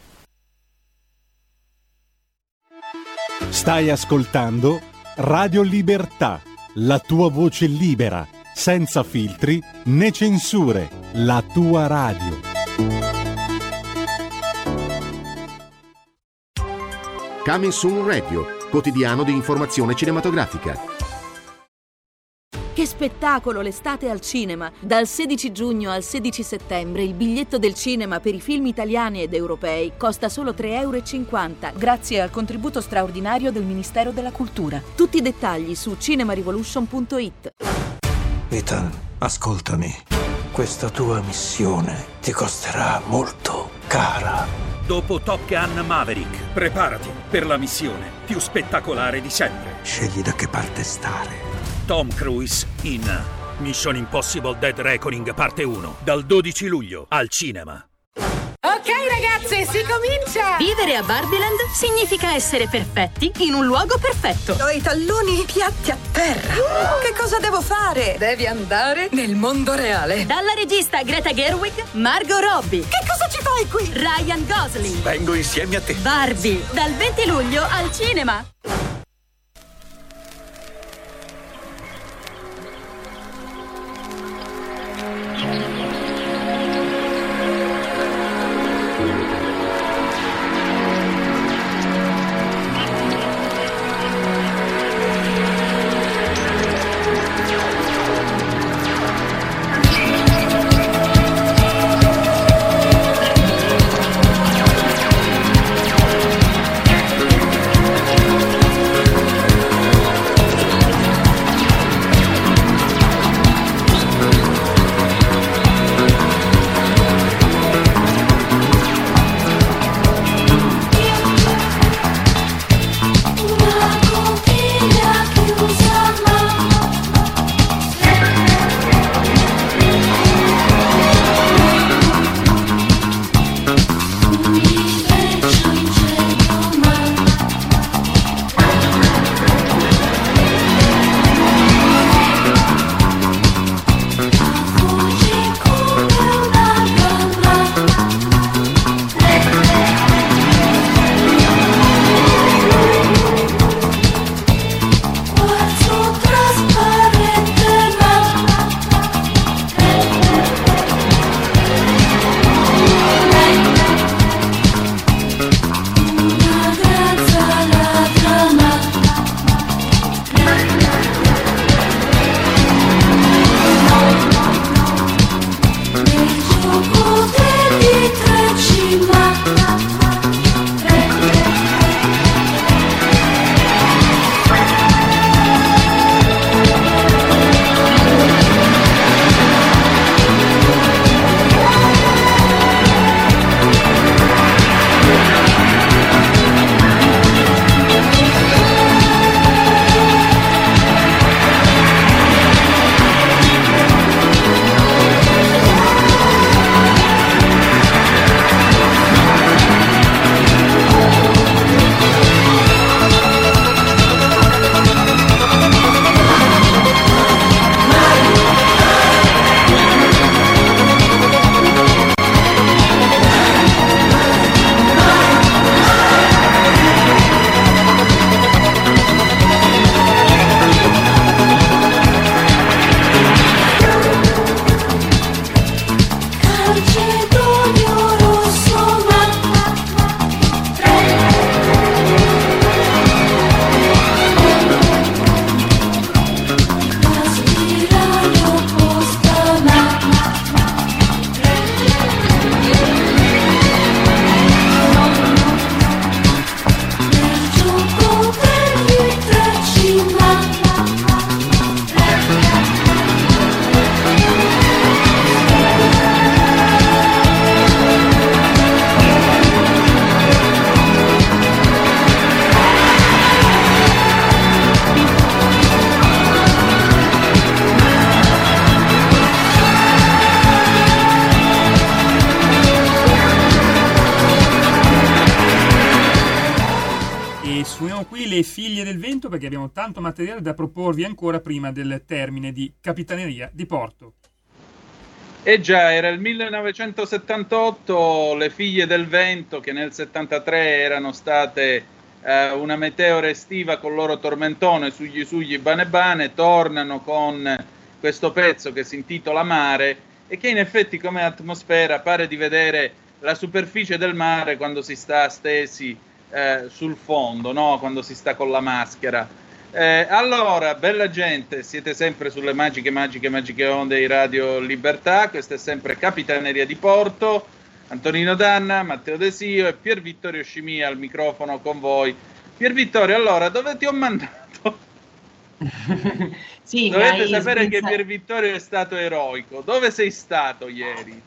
Stai ascoltando Radio Libertà, la tua voce libera, senza filtri né censure, la tua radio. Coming Soon Radio, quotidiano di informazione cinematografica. Che spettacolo l'estate al cinema! Dal 16 giugno al 16 settembre il biglietto del cinema per i film italiani ed europei costa solo 3,50 € grazie al contributo straordinario del Ministero della Cultura. Tutti i dettagli su cinemarevolution.it. Ethan, ascoltami. Questa tua missione ti costerà molto cara. Dopo Top Gun Maverick, preparati per la missione più spettacolare di sempre. Scegli da che parte stare. Tom Cruise in Mission Impossible Dead Reckoning parte 1, dal 12 luglio al cinema. Ok ragazze, si comincia! Vivere a Barbieland significa essere perfetti in un luogo perfetto. Ho i talloni piatti a terra. Che cosa devo fare? Devi andare nel mondo reale. Dalla regista Greta Gerwig, Margot Robbie. Che cosa ci fai qui? Ryan Gosling. Vengo insieme a te. Barbie, dal 20 luglio al cinema. Le figlie del vento, perché abbiamo tanto materiale da proporvi ancora prima del termine di Capitaneria di Porto. E già, era il 1978, le figlie del vento, che nel 73 erano state una meteora estiva con il loro tormentone sugli bane bane, tornano con questo pezzo che si intitola Mare e che in effetti come atmosfera pare di vedere la superficie del mare quando si sta stesi sul fondo, no? Quando si sta con la maschera. Allora, bella gente, siete sempre sulle magiche onde di Radio Libertà. Questa è sempre Capitaneria di Porto. Antonino Danna, Matteo De Sio e Pier Vittorio Scimia al microfono con voi. Pier Vittorio, allora, dove ti ho mandato? Sì, dovete sapere che Pier Vittorio è stato eroico. Dove sei stato ieri?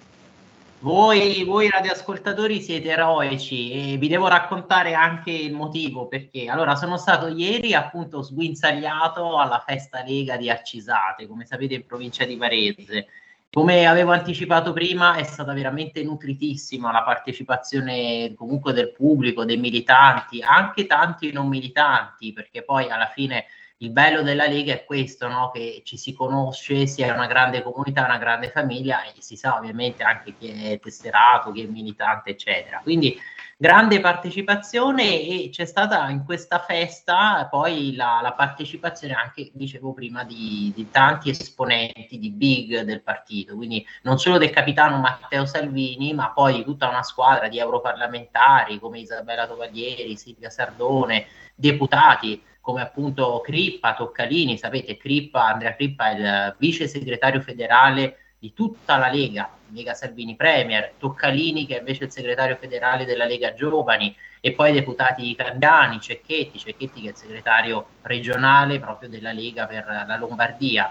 Voi radioascoltatori siete eroici e vi devo raccontare anche il motivo, perché allora sono stato ieri appunto sguinzagliato alla festa Lega di Arcisate, come sapete in provincia di Varese. Come avevo anticipato prima, è stata veramente nutritissima la partecipazione comunque del pubblico, dei militanti, anche tanti non militanti, perché poi alla fine il bello della Lega è questo, no? Che ci si conosce, si è una grande comunità, una grande famiglia e si sa ovviamente anche chi è tesserato, chi è militante, eccetera. Quindi grande partecipazione e c'è stata in questa festa poi la partecipazione anche, dicevo prima, di tanti esponenti di big del partito, quindi non solo del capitano Matteo Salvini, ma poi tutta una squadra di europarlamentari come Isabella Tovaglieri, Silvia Sardone, deputati come appunto Crippa, Toccalini, sapete Andrea Crippa è il vice segretario federale di tutta la Lega Salvini Premier, Toccalini che è invece il segretario federale della Lega Giovani, e poi deputati Candiani, Cecchetti che è il segretario regionale proprio della Lega per la Lombardia,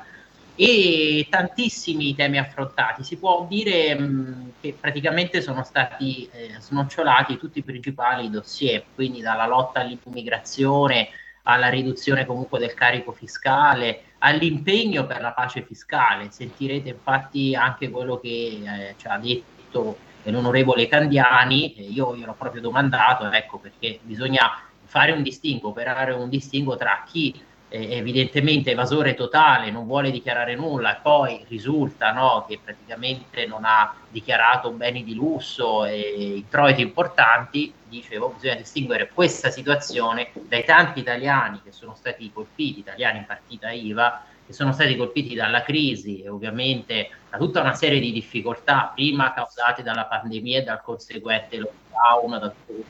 e tantissimi temi affrontati. Si può dire che praticamente sono stati snocciolati tutti i principali dossier, quindi dalla lotta all'immigrazione alla riduzione comunque del carico fiscale, all'impegno per la pace fiscale. Sentirete infatti anche quello che ci ha detto l'onorevole Candiani, io gliel'ho proprio domandato, ecco, perché bisogna fare un distinguo, operare un distinguo tra chi evidentemente evasore totale, non vuole dichiarare nulla e poi risulta, no, che praticamente non ha dichiarato beni di lusso e introiti importanti. Dicevo, bisogna distinguere questa situazione dai tanti italiani che sono stati colpiti, italiani in partita IVA, che sono stati colpiti dalla crisi e ovviamente da tutta una serie di difficoltà, prima causate dalla pandemia e dal conseguente lockdown,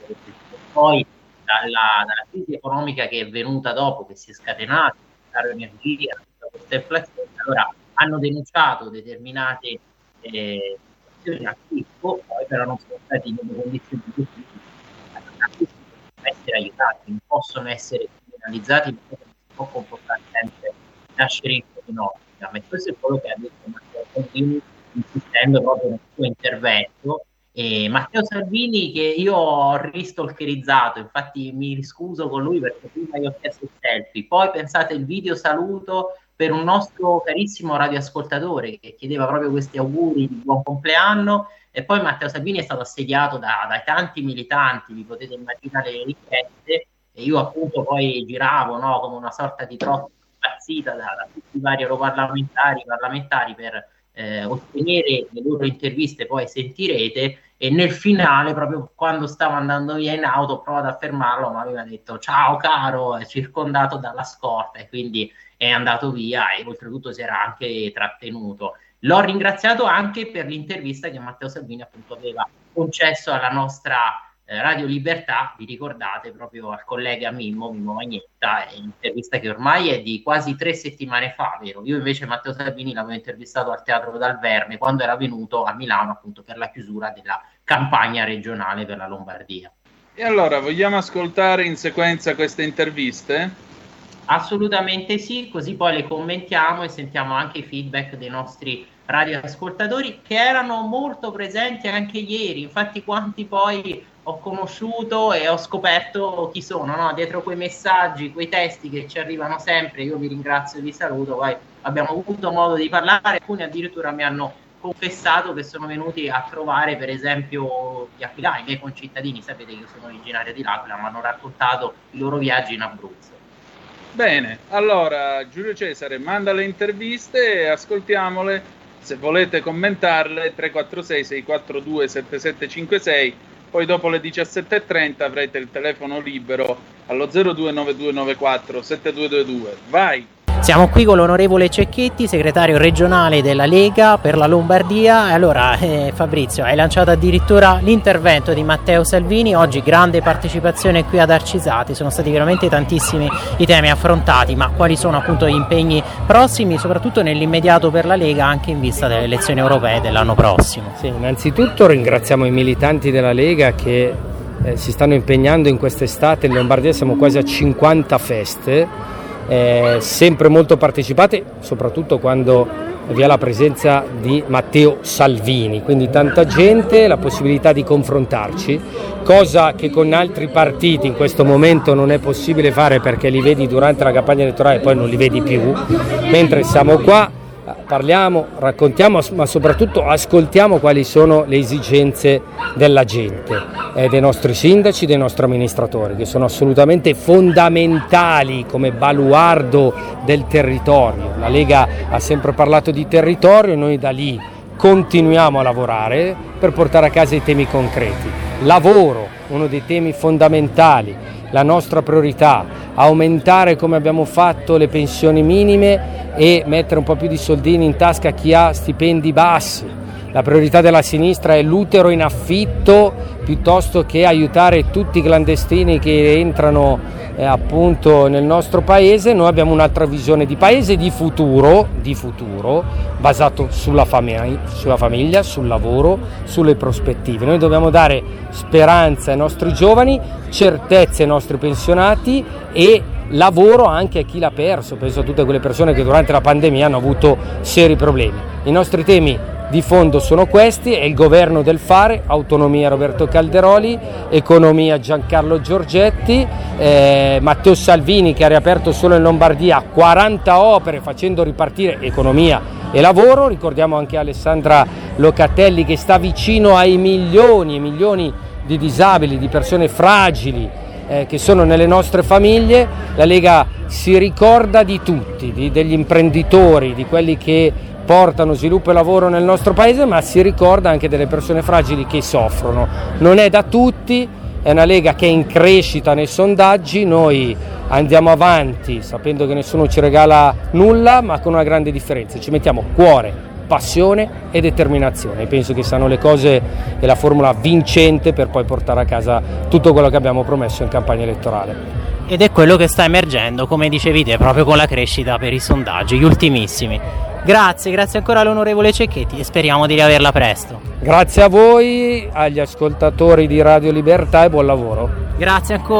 poi dalla crisi economica che è venuta dopo, che si è scatenata, caro energia, tutta questa inflazione. Allora hanno denunciato determinate situazioni a critico, poi però non sono stati nelle condizioni di essere aiutati, non possono essere criminalizzati, perché non si può comportare sempre da sceriffo di Nottingham, e questo è quello che ha detto Matteo Salvini insistendo proprio nel suo intervento. E Matteo Salvini, che io ho ristalkerizzato, infatti mi scuso con lui perché prima gli ho chiesto il selfie, poi pensate il video saluto per un nostro carissimo radioascoltatore che chiedeva proprio questi auguri di buon compleanno, e poi Matteo Salvini è stato assediato dai tanti militanti, vi potete immaginare le richieste, e io appunto poi giravo, no, come una sorta di trottola impazzita da tutti i vari parlamentari per ottenere le loro interviste, poi sentirete. E nel finale, proprio quando stavo andando via in auto, ho provato a fermarlo, ma aveva detto ciao caro, è circondato dalla scorta, e quindi è andato via, e oltretutto si era anche trattenuto. L'ho ringraziato anche per l'intervista che Matteo Salvini appunto aveva concesso alla nostra Radio Libertà, vi ricordate, proprio al collega Mimmo Magnetta, un'intervista che ormai è di quasi 3 settimane fa, vero? Io invece Matteo Salvini l'avevo intervistato al Teatro Dal Verme quando era venuto a Milano appunto per la chiusura della campagna regionale per la Lombardia. E allora, vogliamo ascoltare in sequenza queste interviste? Assolutamente sì, così poi le commentiamo e sentiamo anche i feedback dei nostri radioascoltatori, che erano molto presenti anche ieri. Infatti quanti poi ho conosciuto e ho scoperto chi sono, no? Dietro quei messaggi, quei testi che ci arrivano sempre, io vi ringrazio e vi saluto, poi abbiamo avuto modo di parlare, alcuni addirittura mi hanno confessato che sono venuti a trovare per esempio gli aquilani, i miei concittadini, sapete che io sono originario di L'Aquila, mi hanno raccontato i loro viaggi in Abruzzo. Bene, allora Giulio Cesare manda le interviste e ascoltiamole. Se volete commentarle 346-642-7756, poi dopo le 17.30 avrete il telefono libero allo 029294 7222. Vai! Siamo qui con l'onorevole Cecchetti, segretario regionale della Lega per la Lombardia. E allora, Fabrizio, hai lanciato addirittura l'intervento di Matteo Salvini. Oggi grande partecipazione qui ad Arcisate, sono stati veramente tantissimi i temi affrontati, ma quali sono appunto gli impegni prossimi, soprattutto nell'immediato per la Lega, anche in vista delle elezioni europee dell'anno prossimo? Sì, innanzitutto ringraziamo i militanti della Lega che si stanno impegnando in quest'estate. In Lombardia siamo quasi a 50 feste, sempre molto partecipate, soprattutto quando vi è la presenza di Matteo Salvini, quindi tanta gente, la possibilità di confrontarci, cosa che con altri partiti in questo momento non è possibile fare perché li vedi durante la campagna elettorale e poi non li vedi più, mentre siamo qua, parliamo, raccontiamo, ma soprattutto ascoltiamo quali sono le esigenze della gente, dei nostri sindaci, dei nostri amministratori, che sono assolutamente fondamentali come baluardo del territorio. La Lega ha sempre parlato di territorio e noi da lì continuiamo a lavorare per portare a casa i temi concreti. Lavoro, uno dei temi fondamentali, la nostra priorità, aumentare come abbiamo fatto le pensioni minime e mettere un po' più di soldini in tasca a chi ha stipendi bassi. La priorità della sinistra è l'utero in affitto piuttosto che aiutare tutti i clandestini che entrano appunto nel nostro paese. Noi abbiamo un'altra visione di paese, di futuro basato sulla famiglia, sul lavoro, sulle prospettive. Noi dobbiamo dare speranza ai nostri giovani, certezze ai nostri pensionati e lavoro anche a chi l'ha perso. Penso a tutte quelle persone che durante la pandemia hanno avuto seri problemi. I nostri temi di fondo sono questi: è il governo del fare, autonomia Roberto Calderoli, economia Giancarlo Giorgetti, Matteo Salvini che ha riaperto solo in Lombardia 40 opere facendo ripartire economia e lavoro. Ricordiamo anche Alessandra Locatelli che sta vicino ai milioni e milioni di disabili, di persone fragili che sono nelle nostre famiglie. La Lega si ricorda di tutti, degli imprenditori, di quelli che portano sviluppo e lavoro nel nostro paese, ma si ricorda anche delle persone fragili che soffrono. Non è da tutti, è una Lega che è in crescita nei sondaggi. Noi andiamo avanti sapendo che nessuno ci regala nulla, ma con una grande differenza: ci mettiamo cuore, passione e determinazione. Penso che siano le cose e la formula vincente per poi portare a casa tutto quello che abbiamo promesso in campagna elettorale. Ed è quello che sta emergendo, come dicevi te, proprio con la crescita per i sondaggi, gli ultimissimi. Grazie ancora all'onorevole Cecchetti e speriamo di riaverla presto. Grazie a voi, agli ascoltatori di Radio Libertà e buon lavoro. Grazie ancora.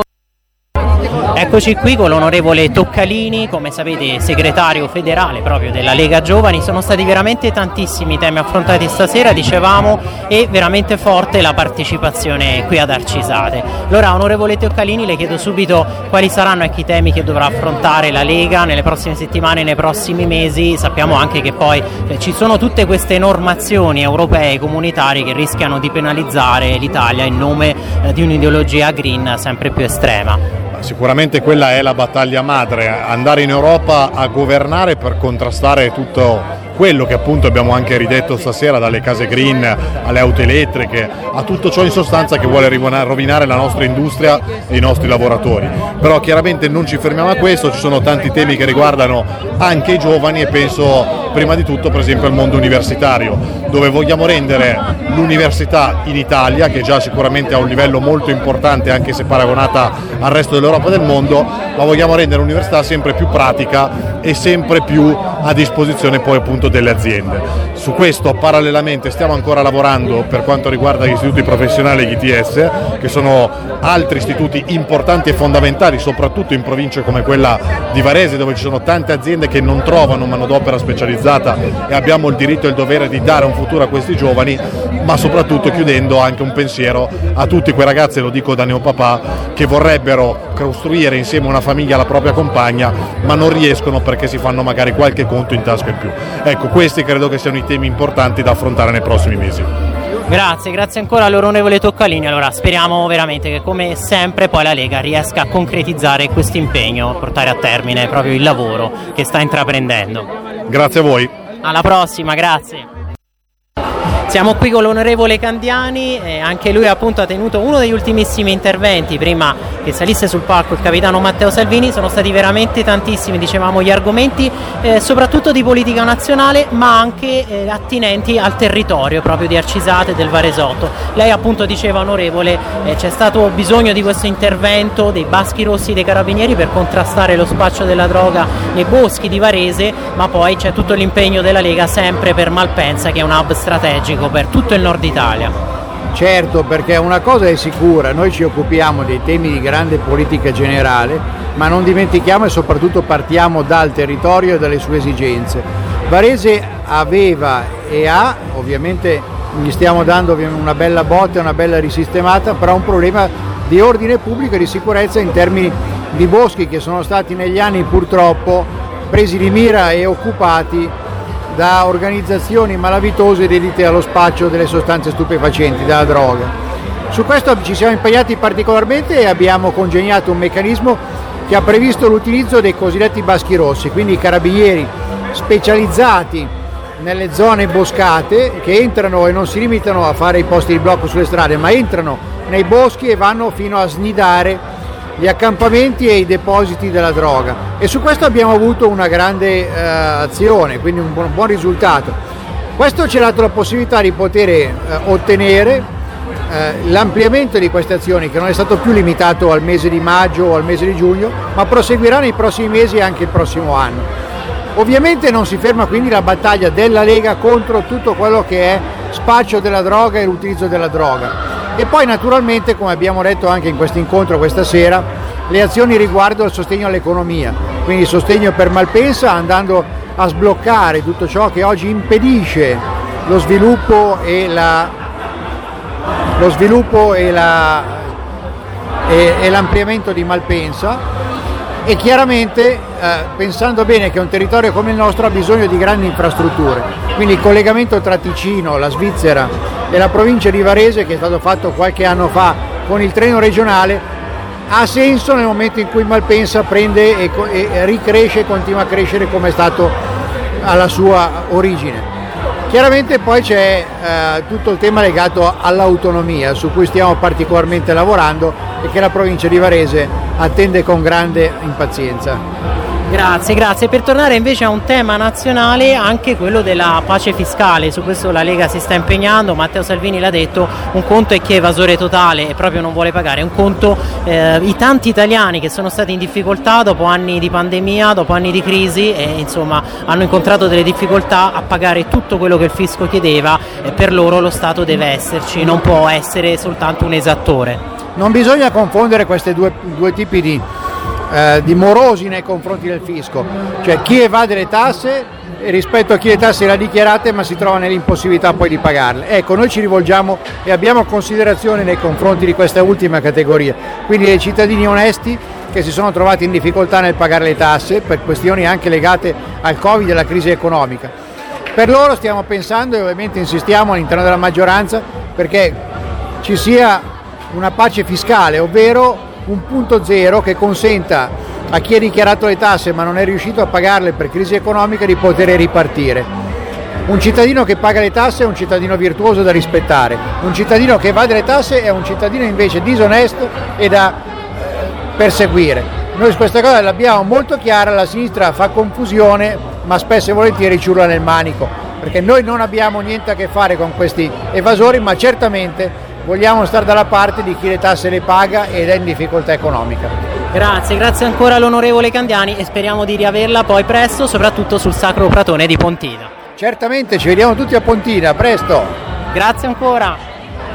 Eccoci qui con l'onorevole Toccalini, come sapete segretario federale proprio della Lega Giovani. Sono stati veramente tantissimi temi affrontati stasera, dicevamo, e veramente forte la partecipazione qui ad Arcisate. Allora, onorevole Toccalini, le chiedo subito quali saranno i temi che dovrà affrontare la Lega nelle prossime settimane, nei prossimi mesi. Sappiamo anche che poi ci sono tutte queste normazioni europee comunitarie che rischiano di penalizzare l'Italia in nome di un'ideologia green sempre più estrema. Sicuramente quella è la battaglia madre, andare in Europa a governare per contrastare tutto quello che appunto abbiamo anche ridetto stasera, dalle case green alle auto elettriche, a tutto ciò in sostanza che vuole rovinare la nostra industria e i nostri lavoratori. Però chiaramente non ci fermiamo a questo, ci sono tanti temi che riguardano anche i giovani e penso prima di tutto per esempio al mondo universitario, dove vogliamo rendere l'università in Italia, che già sicuramente ha un livello molto importante anche se paragonata al resto dell'Europa e del mondo, ma vogliamo rendere l'università sempre più pratica e sempre più a disposizione poi appunto delle aziende. Su questo parallelamente stiamo ancora lavorando per quanto riguarda gli istituti professionali e gli ITS, che sono altri istituti importanti e fondamentali, soprattutto in province come quella di Varese, dove ci sono tante aziende che non trovano manodopera specializzata e abbiamo il diritto e il dovere di dare un futuro a questi giovani, ma soprattutto chiudendo anche un pensiero a tutti quei ragazzi, lo dico da neopapà, che vorrebbero costruire insieme una famiglia alla propria compagna, ma non riescono perché si fanno magari qualche conto in tasca in più. Ecco, questi credo che siano i temi importanti da affrontare nei prossimi mesi. Grazie ancora all'onorevole Toccalini. Allora speriamo veramente che come sempre poi la Lega riesca a concretizzare questo impegno, a portare a termine proprio il lavoro che sta intraprendendo. Grazie a voi. Alla prossima, grazie. Siamo qui con l'onorevole Candiani, anche lui appunto ha tenuto uno degli ultimissimi interventi prima che salisse sul palco il capitano Matteo Salvini. Sono stati veramente tantissimi, dicevamo, gli argomenti, soprattutto di politica nazionale, ma anche attinenti al territorio proprio di Arcisate, del Varesotto. Lei appunto diceva, onorevole, c'è stato bisogno di questo intervento dei Baschi Rossi, dei Carabinieri, per contrastare lo spaccio della droga nei boschi di Varese, ma poi c'è tutto l'impegno della Lega sempre per Malpensa, che è un hub strategico per tutto il nord Italia. Certo, perché una cosa è sicura, noi ci occupiamo dei temi di grande politica generale, ma non dimentichiamo e soprattutto partiamo dal territorio e dalle sue esigenze. Varese aveva e ha, ovviamente gli stiamo dando una bella botta, una bella risistemata, però un problema di ordine pubblico e di sicurezza in termini di boschi che sono stati negli anni purtroppo presi di mira e occupati da organizzazioni malavitose dedite allo spaccio delle sostanze stupefacenti, della droga. Su questo ci siamo impegnati particolarmente e abbiamo congegnato un meccanismo che ha previsto l'utilizzo dei cosiddetti Baschi Rossi, quindi i carabinieri specializzati nelle zone boscate, che entrano e non si limitano a fare i posti di blocco sulle strade, ma entrano nei boschi e vanno fino a snidare gli accampamenti e i depositi della droga, e su questo abbiamo avuto una grande azione, quindi un buon risultato. Questo ci ha dato la possibilità di poter ottenere l'ampliamento di queste azioni, che non è stato più limitato al mese di maggio o al mese di giugno, ma proseguirà nei prossimi mesi e anche il prossimo anno. Ovviamente non si ferma quindi la battaglia della Lega contro tutto quello che è spaccio della droga e l'utilizzo della droga. E poi naturalmente, come abbiamo detto anche in questo incontro questa sera, le azioni riguardo il sostegno all'economia, quindi sostegno per Malpensa, andando a sbloccare tutto ciò che oggi impedisce lo sviluppo e l'ampliamento di Malpensa, e chiaramente pensando bene che un territorio come il nostro ha bisogno di grandi infrastrutture, quindi il collegamento tra Ticino, la Svizzera e la provincia di Varese, che è stato fatto qualche anno fa con il treno regionale, ha senso nel momento in cui Malpensa prende e ricresce, continua a crescere come è stato alla sua origine. Chiaramente poi c'è tutto il tema legato all'autonomia, su cui stiamo particolarmente lavorando e che la provincia di Varese attende con grande impazienza. Grazie. Per tornare invece a un tema nazionale, anche quello della pace fiscale, su questo la Lega si sta impegnando. Matteo Salvini l'ha detto, un conto è chi è evasore totale e proprio non vuole pagare, un conto i tanti italiani che sono stati in difficoltà dopo anni di pandemia, dopo anni di crisi, e insomma hanno incontrato delle difficoltà a pagare tutto quello che il fisco chiedeva, e per loro lo Stato deve esserci, non può essere soltanto un esattore. Non bisogna confondere questi due tipi di morosi nei confronti del fisco, cioè chi evade le tasse rispetto a chi le tasse le ha dichiarate ma si trova nell'impossibilità poi di pagarle. Ecco, noi ci rivolgiamo e abbiamo considerazione nei confronti di questa ultima categoria, quindi dei cittadini onesti che si sono trovati in difficoltà nel pagare le tasse per questioni anche legate al Covid e alla crisi economica. Per loro stiamo pensando e ovviamente insistiamo all'interno della maggioranza perché ci sia una pace fiscale, ovvero un punto zero che consenta a chi ha dichiarato le tasse ma non è riuscito a pagarle per crisi economica di poter ripartire. Un cittadino che paga le tasse è un cittadino virtuoso da rispettare, un cittadino che evade le tasse è un cittadino invece disonesto e da perseguire. Noi su questa cosa l'abbiamo molto chiara, la sinistra fa confusione ma spesso e volentieri ci urla nel manico, perché noi non abbiamo niente a che fare con questi evasori, ma certamente vogliamo stare dalla parte di chi le tasse le paga ed è in difficoltà economica. Grazie ancora all'onorevole Candiani e speriamo di riaverla poi presto, soprattutto sul Sacro Pratone di Pontina. Certamente, ci vediamo tutti a Pontina, presto! Grazie ancora!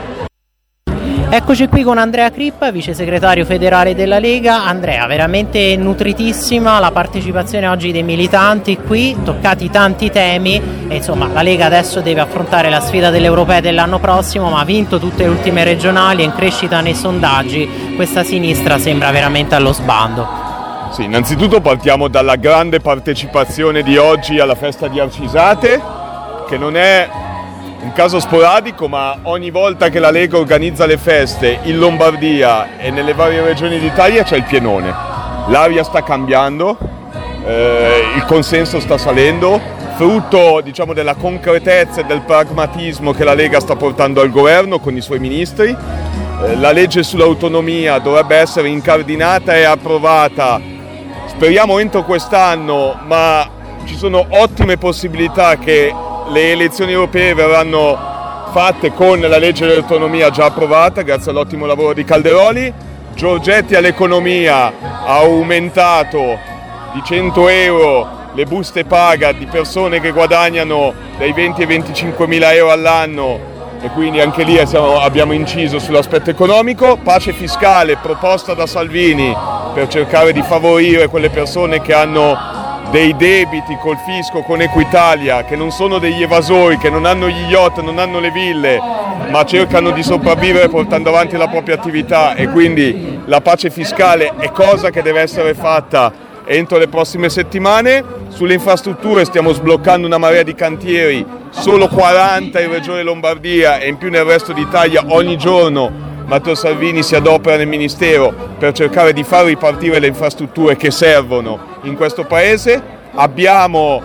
Eccoci qui con Andrea Crippa, vice segretario federale della Lega. Andrea, veramente nutritissima la partecipazione oggi dei militanti qui, toccati tanti temi e insomma la Lega adesso deve affrontare la sfida delle europee dell'anno prossimo, ma ha vinto tutte le ultime regionali, è in crescita nei sondaggi, questa sinistra sembra veramente allo sbando. Sì, innanzitutto partiamo dalla grande partecipazione di oggi alla festa di Arcisate, che non è un caso sporadico, ma ogni volta che la Lega organizza le feste in Lombardia e nelle varie regioni d'Italia c'è il pienone. L'aria sta cambiando, il consenso sta salendo, frutto, diciamo, della concretezza e del pragmatismo che la Lega sta portando al governo con i suoi ministri. La legge sull'autonomia dovrebbe essere incardinata e approvata, speriamo entro quest'anno, ma ci sono ottime possibilità che le elezioni europee verranno fatte con la legge dell'autonomia già approvata grazie all'ottimo lavoro di Calderoli. Giorgetti all'economia ha aumentato di 100 euro le buste paga di persone che guadagnano dai 20 ai 25 mila euro all'anno, e quindi anche lì abbiamo inciso sull'aspetto economico. Pace fiscale proposta da Salvini per cercare di favorire quelle persone che hanno dei debiti col fisco, con Equitalia, che non sono degli evasori, che non hanno gli yacht, non hanno le ville, ma cercano di sopravvivere portando avanti la propria attività, e quindi la pace fiscale è cosa che deve essere fatta entro le prossime settimane. Sulle infrastrutture stiamo sbloccando una marea di cantieri, solo 40 in Regione Lombardia e in più nel resto d'Italia. Ogni giorno Matteo Salvini si adopera nel Ministero per cercare di far ripartire le infrastrutture che servono in questo Paese. Abbiamo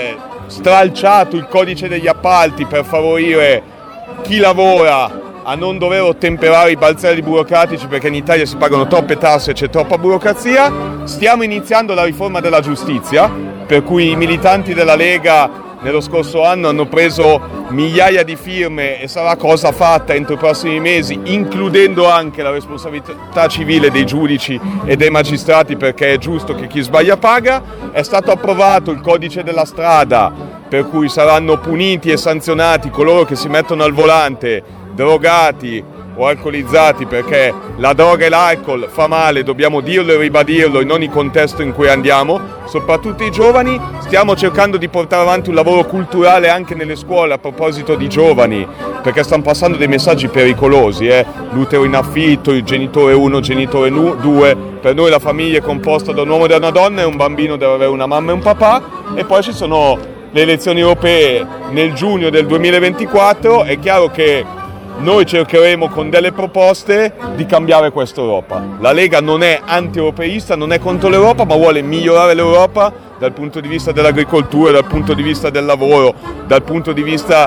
stralciato il codice degli appalti per favorire chi lavora a non dover ottemperare i balzelli burocratici, perché in Italia si pagano troppe tasse e c'è troppa burocrazia. Stiamo iniziando la riforma della giustizia, per cui i militanti della Lega nello scorso anno hanno preso migliaia di firme e sarà cosa fatta entro i prossimi mesi, includendo anche la responsabilità civile dei giudici e dei magistrati, perché è giusto che chi sbaglia paga. È stato approvato il codice della strada, per cui saranno puniti e sanzionati coloro che si mettono al volante drogati o alcolizzati, perché la droga e l'alcol fa male, dobbiamo dirlo e ribadirlo in ogni contesto in cui andiamo, soprattutto i giovani. Stiamo cercando di portare avanti un lavoro culturale anche nelle scuole a proposito di giovani, perché stanno passando dei messaggi pericolosi, l'utero in affitto, il genitore 1, genitore 2. Per noi la famiglia è composta da un uomo e da una donna, e un bambino deve avere una mamma e un papà. E poi ci sono le elezioni europee nel giugno del 2024, è chiaro che noi cercheremo con delle proposte di cambiare questa Europa. La Lega non è anti-europeista, non è contro l'Europa, ma vuole migliorare l'Europa dal punto di vista dell'agricoltura, dal punto di vista del lavoro, dal punto di vista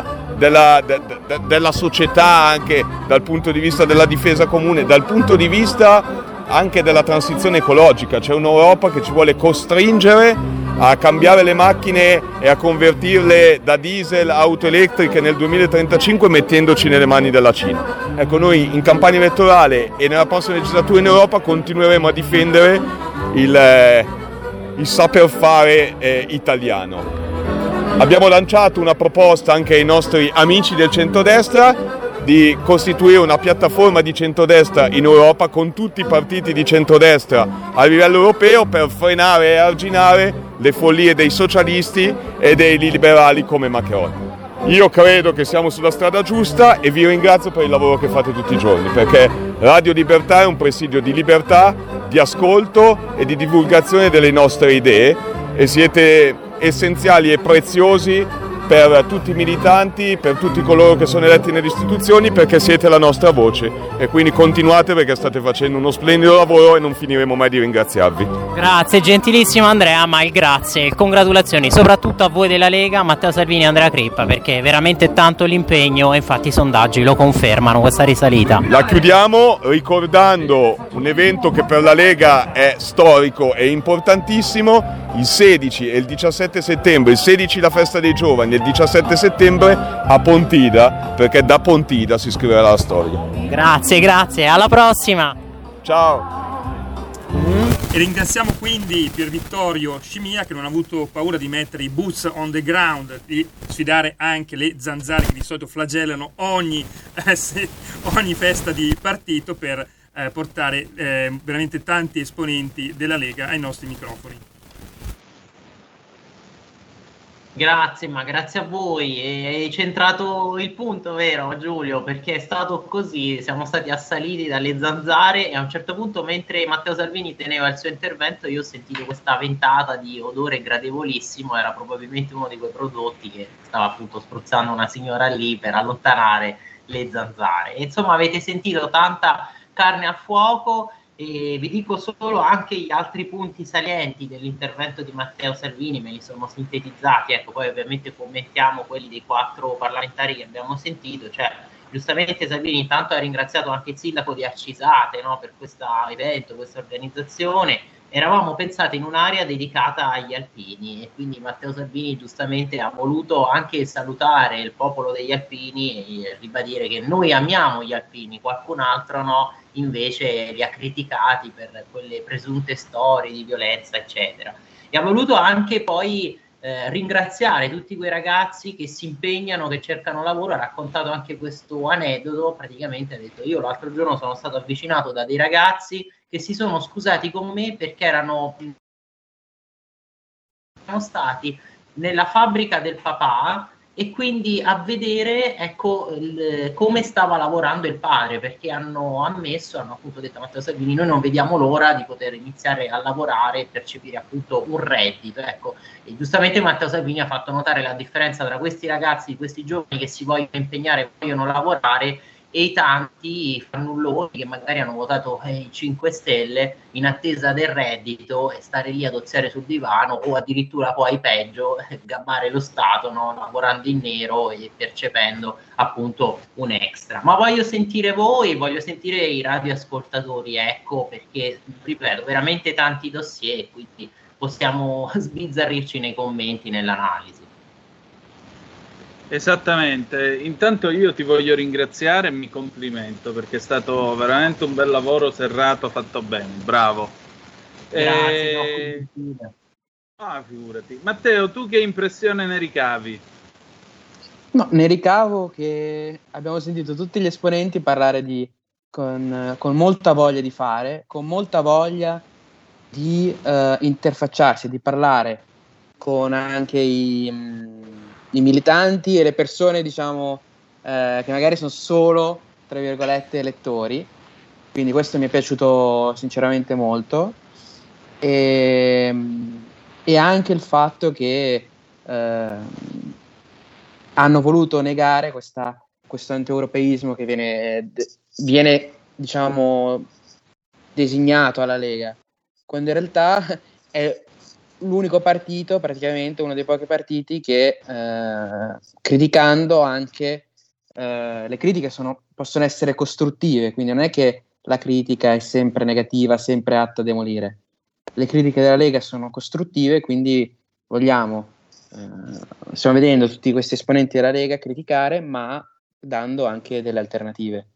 della società, anche dal punto di vista della difesa comune, dal punto di vista anche della transizione ecologica. C'è un'Europa che ci vuole costringere a cambiare le macchine e a convertirle da diesel a auto elettriche nel 2035, mettendoci nelle mani della Cina. Ecco, noi in campagna elettorale e nella prossima legislatura in Europa continueremo a difendere il saper fare italiano. Abbiamo lanciato una proposta anche ai nostri amici del centrodestra di costituire una piattaforma di centrodestra in Europa con tutti i partiti di centrodestra a livello europeo, per frenare e arginare le follie dei socialisti e dei liberali come Macron. Io credo che siamo sulla strada giusta e vi ringrazio per il lavoro che fate tutti i giorni, perché Radio Libertà è un presidio di libertà, di ascolto e di divulgazione delle nostre idee, e siete essenziali e preziosi per tutti i militanti, per tutti coloro che sono eletti nelle istituzioni, perché siete la nostra voce, e quindi continuate, perché state facendo uno splendido lavoro e non finiremo mai di ringraziarvi. Grazie, gentilissimo Andrea, ma il grazie, congratulazioni soprattutto a voi della Lega, Matteo Salvini e Andrea Crippa, perché è veramente tanto l'impegno, e infatti i sondaggi lo confermano, questa risalita. La chiudiamo ricordando un evento che per la Lega è storico e importantissimo: il 16 e il 17 settembre, il 16 la festa dei giovani, il 17 settembre a Pontida, perché da Pontida si scriverà la storia. Grazie, alla prossima. Ciao. E ringraziamo quindi Pier Vittorio Scimia, che non ha avuto paura di mettere i boots on the ground, di sfidare anche le zanzare che di solito flagellano ogni festa di partito, per portare veramente tanti esponenti della Lega ai nostri microfoni. Grazie, ma grazie a voi, hai centrato il punto, vero Giulio? Perché è stato così, siamo stati assaliti dalle zanzare, e a un certo punto, mentre Matteo Salvini teneva il suo intervento, io ho sentito questa ventata di odore gradevolissimo. Era probabilmente uno di quei prodotti che stava appunto spruzzando una signora lì per allontanare le zanzare. E insomma, avete sentito tanta carne al fuoco, E vi dico solo anche gli altri punti salienti dell'intervento di Matteo Salvini, me li sono sintetizzati, ecco, poi ovviamente commentiamo quelli dei 4 parlamentari che abbiamo sentito. Cioè, giustamente Salvini intanto ha ringraziato anche il sindaco di Arcisate, no, per questo evento, questa organizzazione. Eravamo pensati in un'area dedicata agli alpini e quindi Matteo Salvini giustamente ha voluto anche salutare il popolo degli alpini e ribadire che noi amiamo gli alpini, qualcun altro no, invece li ha criticati per quelle presunte storie di violenza, eccetera. E ha voluto anche poi ringraziare tutti quei ragazzi che si impegnano, che cercano lavoro. Ha raccontato anche questo aneddoto, praticamente ha detto: io l'altro giorno sono stato avvicinato da dei ragazzi che si sono scusati con me perché erano stati nella fabbrica del papà e quindi a vedere, ecco, come stava lavorando il padre, perché hanno ammesso, hanno appunto detto a Matteo Salvini: noi non vediamo l'ora di poter iniziare a lavorare e percepire appunto un reddito, ecco. E giustamente Matteo Salvini ha fatto notare la differenza tra questi ragazzi, questi giovani che si vogliono impegnare, vogliono lavorare, e i tanti fannulloni che magari hanno votato i 5 Stelle in attesa del reddito e stare lì ad oziare sul divano, o addirittura poi peggio, gabbare lo Stato, no? Lavorando in nero e percependo appunto un extra. Ma voglio sentire voi, voglio sentire i radioascoltatori, ecco, perché ripeto, veramente tanti dossier, quindi possiamo sbizzarrirci nei commenti, nell'analisi. Esattamente, intanto io ti voglio ringraziare e mi complimento perché è stato veramente un bel lavoro serrato, fatto bene, bravo. Grazie. Figurati. Matteo, tu che impressione ne ricavi? No, ne ricavo che abbiamo sentito tutti gli esponenti parlare con molta voglia di fare, con molta voglia di interfacciarsi, di parlare con anche i militanti e le persone, diciamo, che magari sono solo, tra virgolette, elettori. Quindi questo mi è piaciuto sinceramente molto. E anche il fatto che hanno voluto negare questo antieuropeismo che viene, diciamo, designato alla Lega, quando in realtà è l'unico partito, praticamente uno dei pochi partiti che criticando anche le critiche possono essere costruttive, quindi non è che la critica è sempre negativa, sempre atta a demolire. Le critiche della Lega sono costruttive, quindi stiamo vedendo tutti questi esponenti della Lega criticare, ma dando anche delle alternative.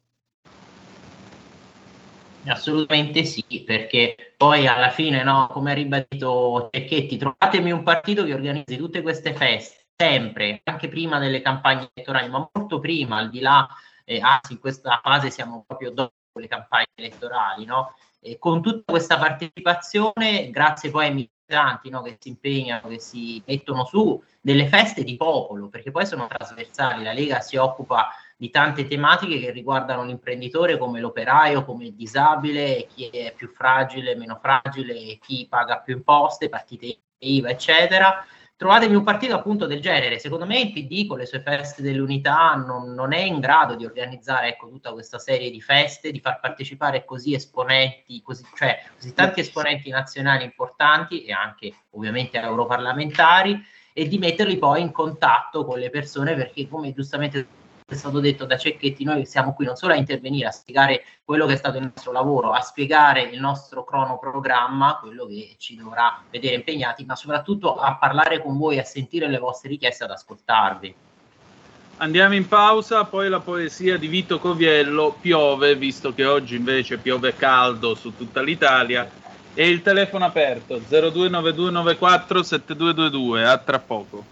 Assolutamente sì, perché poi alla fine, no, come ha ribadito Cecchetti, trovatemi un partito che organizzi tutte queste feste sempre, anche prima delle campagne elettorali, ma molto prima, al di là, anzi in questa fase siamo proprio dopo le campagne elettorali, no? E con tutta questa partecipazione, grazie poi ai militanti, no, che si impegnano, che si mettono su delle feste di popolo, perché poi sono trasversali. La Lega si occupa di tante tematiche che riguardano l'imprenditore, come l'operaio, come il disabile, chi è più fragile, meno fragile, chi paga più imposte, partite IVA, eccetera. Trovatemi un partito appunto del genere. Secondo me il PD con le sue feste dell'unità non è in grado di organizzare, ecco, tutta questa serie di feste, di far partecipare così esponenti, così tanti esponenti nazionali importanti e anche ovviamente europarlamentari, e di metterli poi in contatto con le persone, perché come giustamente è stato detto da Cecchetti, noi siamo qui non solo a intervenire, a spiegare quello che è stato il nostro lavoro, a spiegare il nostro cronoprogramma, quello che ci dovrà vedere impegnati, ma soprattutto a parlare con voi, a sentire le vostre richieste, ad ascoltarvi. Andiamo in pausa, poi la poesia di Vito Coviello, Piove, visto che oggi invece piove caldo su tutta l'Italia, e il telefono aperto 029294 7222. A tra poco.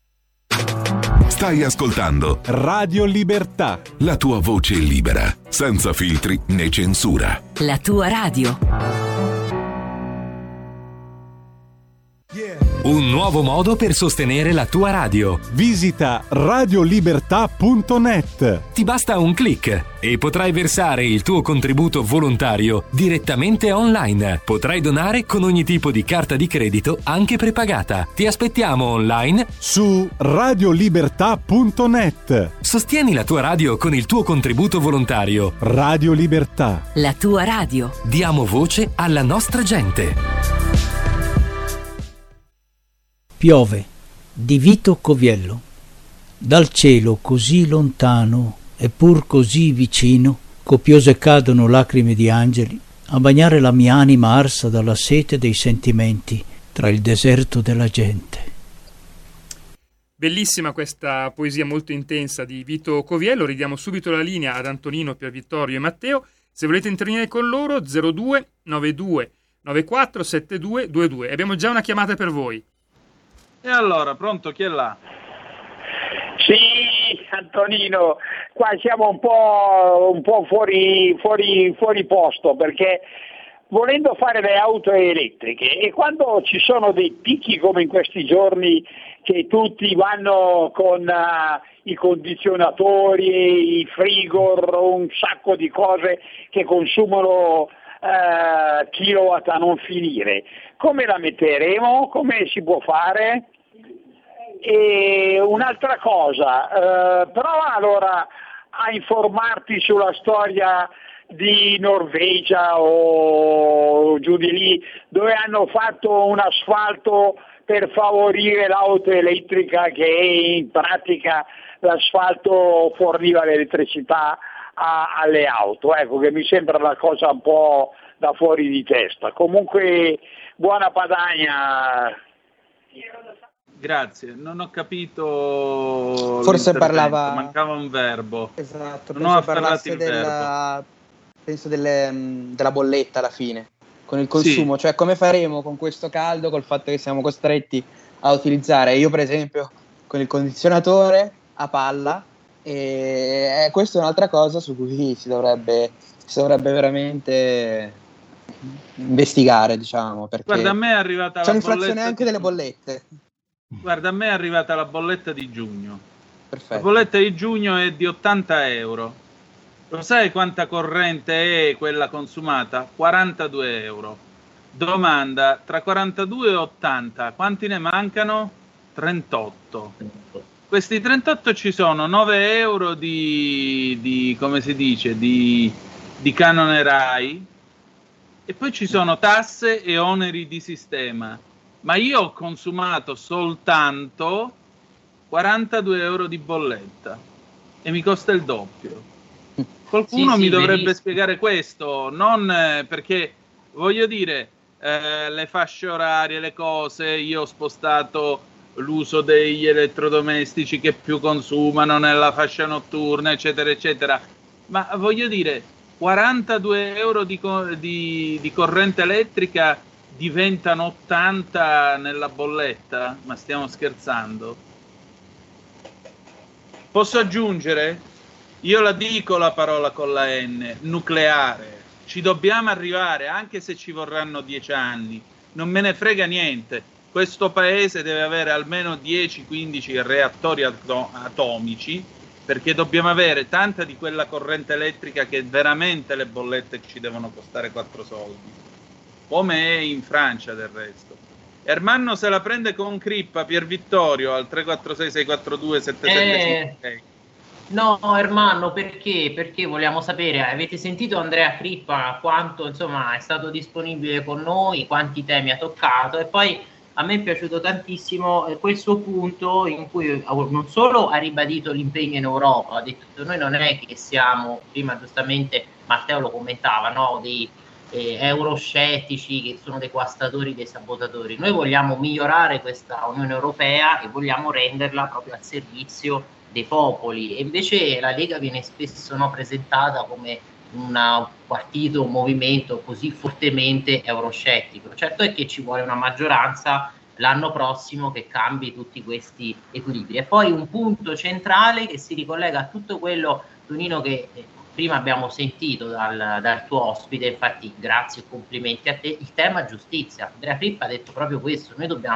Stai ascoltando Radio Libertà, la tua voce libera, senza filtri né censura. La tua radio. Yeah. Un nuovo modo per sostenere la tua radio. Visita radiolibertà.net. Ti basta un click e potrai versare il tuo contributo volontario direttamente online. Potrai donare con ogni tipo di carta di credito, anche prepagata. Ti aspettiamo online su radiolibertà.net. Sostieni la tua radio con il tuo contributo volontario. Radio Libertà. La tua radio. Diamo voce alla nostra gente. Piove di Vito Coviello. Dal cielo così lontano eppur così vicino, copiose cadono lacrime di angeli a bagnare la mia anima arsa dalla sete dei sentimenti tra il deserto della gente. Bellissima questa poesia molto intensa di Vito Coviello. Ridiamo subito la linea ad Antonino, Pier Vittorio e Matteo. Se volete intervenire con loro, 02 92 94 72 22. Abbiamo già una chiamata per voi. E allora, pronto, chi è là? Sì, Antonino, qua siamo un po' fuori posto, perché volendo fare le auto elettriche, e quando ci sono dei picchi come in questi giorni che tutti vanno con i condizionatori, i frigor, un sacco di cose che consumano kilowatt a non finire, come la metteremo? Come si può fare? E un'altra cosa, prova allora a informarti sulla storia di Norvegia o giù di lì, dove hanno fatto un asfalto per favorire l'auto elettrica, che in pratica l'asfalto forniva l'elettricità alle auto. Ecco, che mi sembra una cosa un po' da fuori di testa. Comunque buona Padania. Grazie, non ho capito. Forse parlava, mancava un verbo. Esatto, non ho parlasse della bolletta alla fine, con il consumo, sì. Cioè come faremo con questo caldo, col fatto che siamo costretti a utilizzare, io per esempio con il condizionatore a palla, e questa è un'altra cosa su cui si dovrebbe veramente investigare, diciamo, perché guarda, a me è arrivata c'è un'inflazione anche delle bollette. Guarda, a me è arrivata la bolletta di giugno. Perfetto. La bolletta di giugno è di 80 euro. Lo sai quanta corrente è quella consumata? 42 euro. Domanda, tra 42 e 80 quanti ne mancano? 38. Questi 38 ci sono 9 euro di come si dice, di canone RAI, e poi ci sono tasse e oneri di sistema. Ma io ho consumato soltanto 42 euro di bolletta e mi costa il doppio. Qualcuno mi dovrebbe spiegare questo, non perché, voglio dire, le fasce orarie, le cose, io ho spostato l'uso degli elettrodomestici che più consumano nella fascia notturna, eccetera, eccetera. Ma voglio dire, 42 euro di corrente elettrica diventano 80 nella bolletta? Ma stiamo scherzando? Posso aggiungere? Io la dico la parola con la N, nucleare. Ci dobbiamo arrivare, anche se ci vorranno 10 anni. Non me ne frega niente. Questo paese deve avere almeno 10-15 reattori atomici, perché dobbiamo avere tanta di quella corrente elettrica che veramente le bollette ci devono costare 4 soldi. Come è in Francia del resto. Ermanno se la prende con Crippa, Pier Vittorio al 346-42776. No, Ermanno, perché? Perché vogliamo sapere, avete sentito Andrea Crippa quanto insomma è stato disponibile con noi, quanti temi ha toccato, e poi a me è piaciuto tantissimo quel suo punto in cui non solo ha ribadito l'impegno in Europa, ha detto noi non è che siamo, prima giustamente Matteo lo commentava, no, dei euroscettici che sono dei guastatori, dei sabotatori. Noi vogliamo migliorare questa Unione Europea e vogliamo renderla proprio al servizio dei popoli, e invece la Lega viene spesso presentata come un partito, un movimento così fortemente euroscettico. Certo è che ci vuole una maggioranza l'anno prossimo che cambi tutti questi equilibri. E poi un punto centrale che si ricollega a tutto quello, Tonino, che prima abbiamo sentito dal tuo ospite, infatti grazie e complimenti a te, il tema giustizia. Andrea Crippa ha detto proprio questo, noi dobbiamo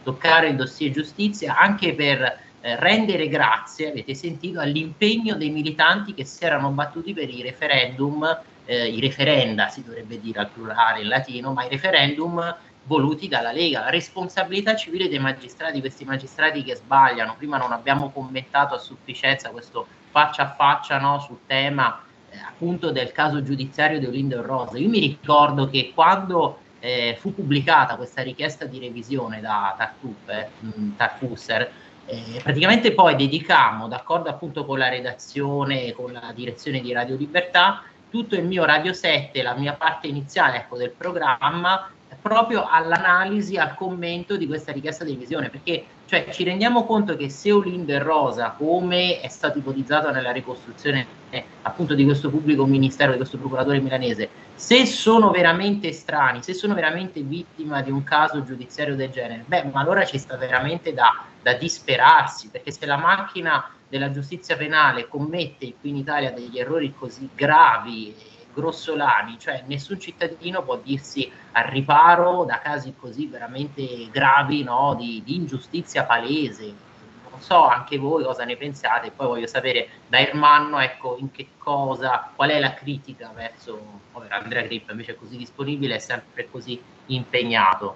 toccare il dossier giustizia, anche per rendere grazie, avete sentito, all'impegno dei militanti che si erano battuti per i referendum, i referenda si dovrebbe dire al plurale in latino, ma i referendum voluti dalla Lega. La responsabilità civile dei magistrati, questi magistrati che sbagliano. Prima non abbiamo commentato a sufficienza questo faccia a faccia, no, sul tema appunto del caso giudiziario di Olindo e Rosa. Io mi ricordo che quando fu pubblicata questa richiesta di revisione da Tarfusser, praticamente poi dedicammo, d'accordo appunto con la redazione, con la direzione di Radio Libertà, tutto il mio Radio 7, la mia parte iniziale, ecco, del programma, proprio all'analisi, al commento di questa richiesta di revisione, perché cioè, ci rendiamo conto che se Olindo e Rosa, come è stato ipotizzato nella ricostruzione appunto di questo pubblico ministero, di questo procuratore milanese, se sono veramente estranei, se sono veramente vittima di un caso giudiziario del genere, beh, ma allora ci sta veramente da disperarsi, perché se la macchina della giustizia penale commette qui in Italia degli errori così gravi, grossolani, cioè nessun cittadino può dirsi al riparo da casi così veramente gravi, no, di ingiustizia palese. Non so anche voi cosa ne pensate, poi voglio sapere da Ermanno, ecco, in che cosa, qual è la critica verso Andrea Grippa, invece è così disponibile, è sempre così impegnato.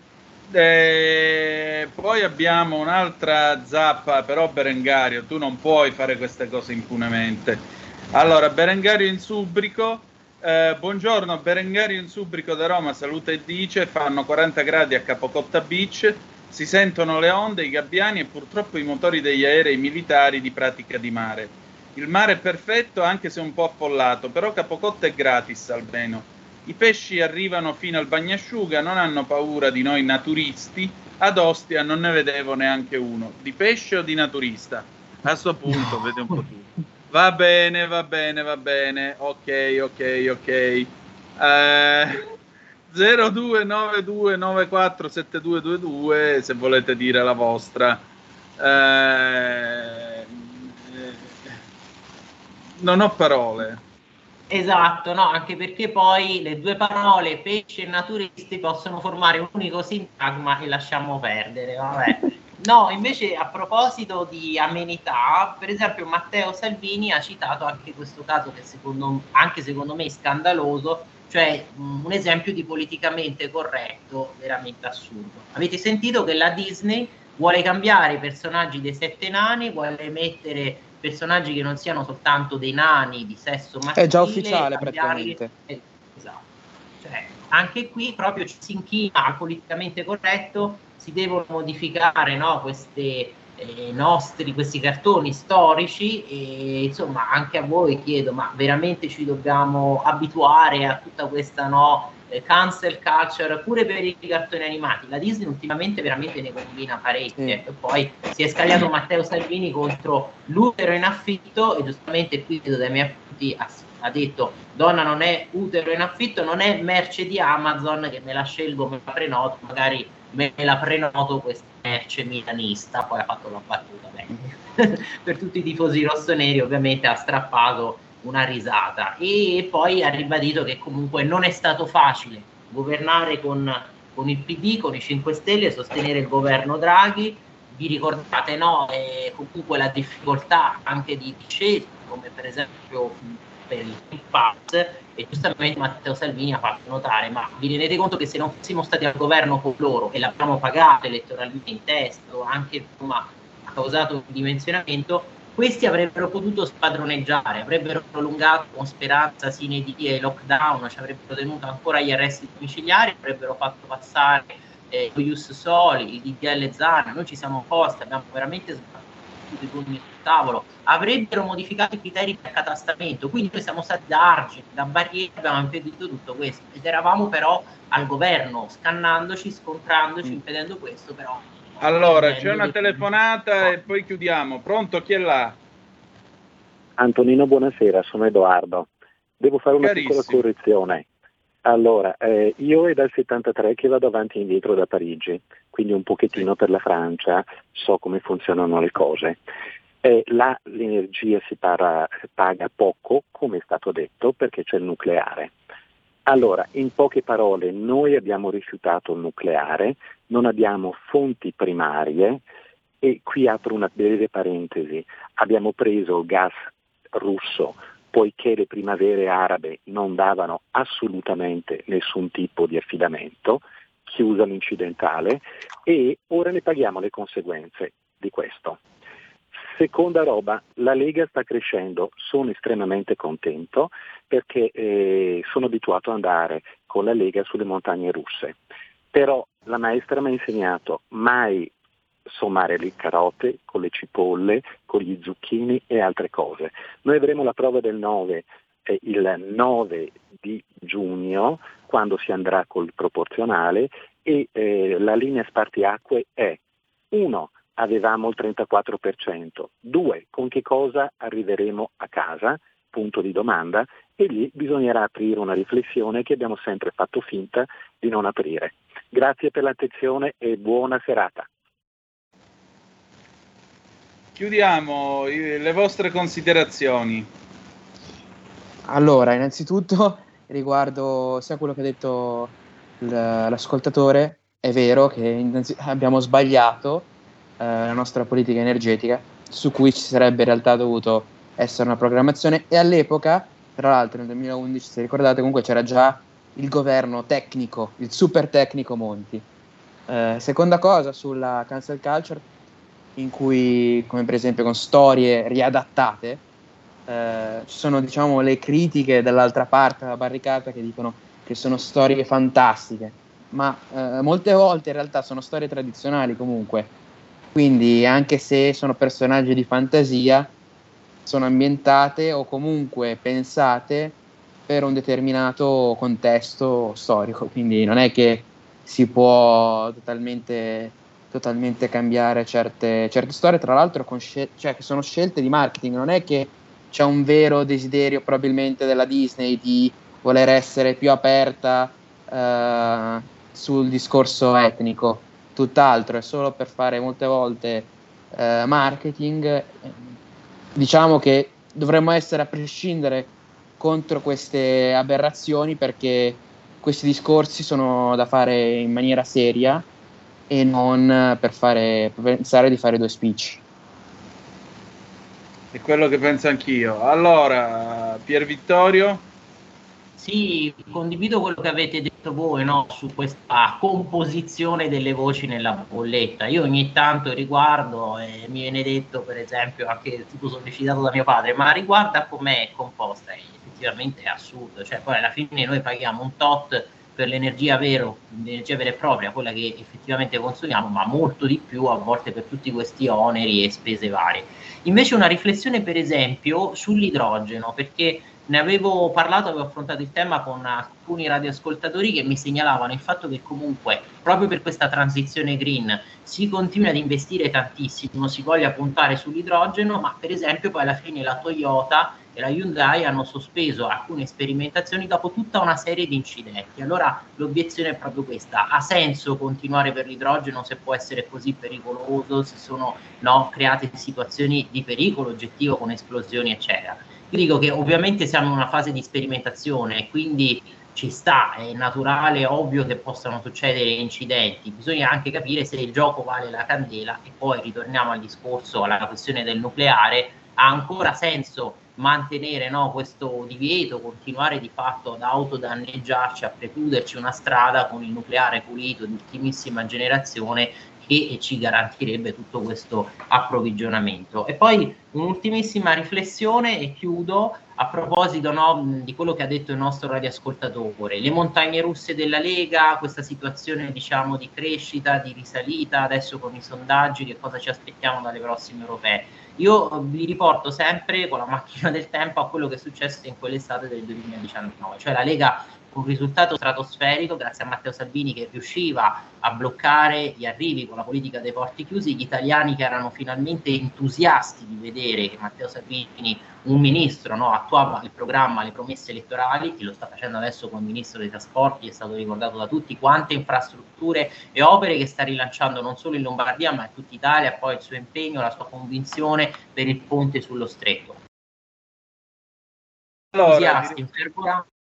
Poi abbiamo un'altra zappa, però Berengario, tu non puoi fare queste cose impunemente. Allora, Berengario in Subrico, buongiorno, Berengario in Subrico da Roma saluta e dice: fanno 40 gradi a Capocotta Beach, si sentono le onde, i gabbiani e purtroppo i motori degli aerei militari di Pratica di Mare. Il mare è perfetto anche se un po' affollato, però Capocotta è gratis almeno. I pesci arrivano fino al bagnasciuga, non hanno paura di noi naturisti, ad Ostia non ne vedevo neanche uno. Di pesce o di naturista? A sto punto, vede un po' tu. Va bene, ok. 0292947222 se volete dire la vostra. Non ho parole. Esatto, no, anche perché poi le due parole pesce e naturisti possono formare un unico sintagma e lasciamo perdere, vabbè. No, invece a proposito di amenità, per esempio Matteo Salvini ha citato anche questo caso che secondo me è scandaloso, cioè un esempio di politicamente corretto veramente assurdo. Avete sentito che la Disney vuole cambiare i personaggi dei 7 nani, vuole mettere personaggi che non siano soltanto dei nani di sesso maschile. È già ufficiale praticamente. Esatto. Cioè, anche qui proprio ci si inchina al politicamente corretto, si devono modificare, no, questi cartoni storici e insomma anche a voi chiedo, ma veramente ci dobbiamo abituare a tutta questa cancel culture pure per i cartoni animati? La Disney ultimamente veramente ne combina parecchie. E poi si è scagliato Matteo Salvini contro l'utero in affitto e giustamente qui dai miei appunti ha detto: donna non è utero in affitto, non è merce di Amazon che me la scelgo, me la prenoto, magari me la prenoto questa merce milanista. Poi ha fatto la battuta per tutti i tifosi rossoneri, ovviamente ha strappato una risata e poi ha ribadito che comunque non è stato facile governare con il PD, con i 5 Stelle, sostenere il governo Draghi. Vi ricordate, no? Comunque la difficoltà anche di scelta, come per esempio per il Green Pass, e giustamente Matteo Salvini ha fatto notare: ma vi rendete conto che se non fossimo stati al governo con loro e l'abbiamo pagato elettoralmente in testa, anche insomma ha causato un dimensionamento, questi avrebbero potuto spadroneggiare, avrebbero prolungato con Speranza sine die il lockdown, ci avrebbero tenuto ancora gli arresti domiciliari, avrebbero fatto passare lo Ius Soli, il DDL Zan. Noi ci siamo opposti, abbiamo veramente sbattuto i pugni sul tavolo, avrebbero modificato i criteri per accatastamento, quindi noi siamo stati da argini, da barriere, abbiamo impedito tutto questo ed eravamo però al governo, scannandoci, scontrandoci, impedendo questo. Però allora c'è una telefonata e poi chiudiamo. Pronto, chi è là? Antonino, buonasera, sono Edoardo. Devo fare una piccola correzione. Allora, io è dal 73 che vado avanti e indietro da Parigi, quindi un pochettino per la Francia, so come funzionano le cose. Là l'energia si paga poco, come è stato detto, perché c'è il nucleare. Allora, in poche parole, noi abbiamo rifiutato il nucleare, non abbiamo fonti primarie e qui apro una breve parentesi, abbiamo preso gas russo poiché le primavere arabe non davano assolutamente nessun tipo di affidamento, chiusa l'incidentale, e ora ne paghiamo le conseguenze di questo. Seconda roba, la Lega sta crescendo, sono estremamente contento perché sono abituato ad andare con la Lega sulle montagne russe, però la maestra mi ha insegnato mai sommare le carote con le cipolle, con gli zucchini e altre cose. Noi avremo la prova del 9 il 9 di giugno, quando si andrà col proporzionale, e la linea spartiacque è 1. Avevamo il 34%, 2. Con che cosa arriveremo a casa? Punto di domanda, e lì bisognerà aprire una riflessione che abbiamo sempre fatto finta di non aprire. Grazie per l'attenzione e buona serata. Chiudiamo le vostre considerazioni. Allora, innanzitutto riguardo sia quello che ha detto l'ascoltatore, è vero che abbiamo sbagliato la nostra politica energetica, su cui ci sarebbe in realtà dovuto essere una programmazione, e all'epoca, tra l'altro nel 2011, se ricordate, comunque c'era già il governo tecnico, il super tecnico Monti. Seconda cosa, sulla cancel culture, in cui, come per esempio con storie riadattate, ci sono, diciamo, le critiche dall'altra parte della barricata che dicono che sono storie fantastiche, ma molte volte in realtà sono storie tradizionali comunque, quindi anche se sono personaggi di fantasia, sono ambientate o comunque pensate per un determinato contesto storico, quindi non è che si può totalmente cambiare certe storie, tra l'altro cioè, che sono scelte di marketing, non è che c'è un vero desiderio probabilmente della Disney di voler essere più aperta sul discorso etnico, tutt'altro, è solo per fare molte volte marketing. Diciamo che dovremmo essere a prescindere contro queste aberrazioni, perché questi discorsi sono da fare in maniera seria e non per pensare di fare due speech. È quello che penso anch'io. Allora, Pier Vittorio? Sì, condivido quello che avete detto voi, no? Su questa composizione delle voci nella bolletta. Io ogni tanto riguardo e mi viene detto, per esempio, anche tipo sollecitato da mio padre, ma riguarda com'è composta, e effettivamente è assurdo, cioè poi alla fine noi paghiamo un tot per l'energia vera e propria, quella che effettivamente consumiamo, ma molto di più a volte per tutti questi oneri e spese varie. Invece una riflessione per esempio sull'idrogeno, perché ne avevo parlato, avevo affrontato il tema con alcuni radioascoltatori che mi segnalavano il fatto che comunque proprio per questa transizione green si continua ad investire tantissimo, si voglia puntare sull'idrogeno, ma per esempio poi alla fine la Toyota e la Hyundai hanno sospeso alcune sperimentazioni dopo tutta una serie di incidenti. Allora l'obiezione è proprio questa: ha senso continuare per l'idrogeno se può essere così pericoloso, se sono create situazioni di pericolo oggettivo con esplosioni eccetera? Io dico che ovviamente siamo in una fase di sperimentazione, quindi ci sta, è naturale, è ovvio che possano succedere incidenti, bisogna anche capire se il gioco vale la candela. E poi ritorniamo al discorso, alla questione del nucleare: ha ancora senso mantenere questo divieto, continuare di fatto ad autodanneggiarci, a precluderci una strada con il nucleare pulito di ultimissima generazione che ci garantirebbe tutto questo approvvigionamento? E poi un'ultimissima riflessione e chiudo, a proposito di quello che ha detto il nostro radioascoltatore, le montagne russe della Lega, questa situazione diciamo di crescita, di risalita, adesso con i sondaggi, che cosa ci aspettiamo dalle prossime europee? Io vi riporto sempre con la macchina del tempo a quello che è successo in quell'estate del 2019, cioè la Lega un risultato stratosferico grazie a Matteo Salvini, che riusciva a bloccare gli arrivi con la politica dei porti chiusi, gli italiani che erano finalmente entusiasti di vedere che Matteo Salvini, un ministro, attuava il programma, le promesse elettorali, che lo sta facendo adesso con il ministro dei trasporti, è stato ricordato da tutti quante infrastrutture e opere che sta rilanciando non solo in Lombardia ma in tutta Italia, poi il suo impegno, la sua convinzione per il ponte sullo stretto. Allora, Entusiasti, infervorati.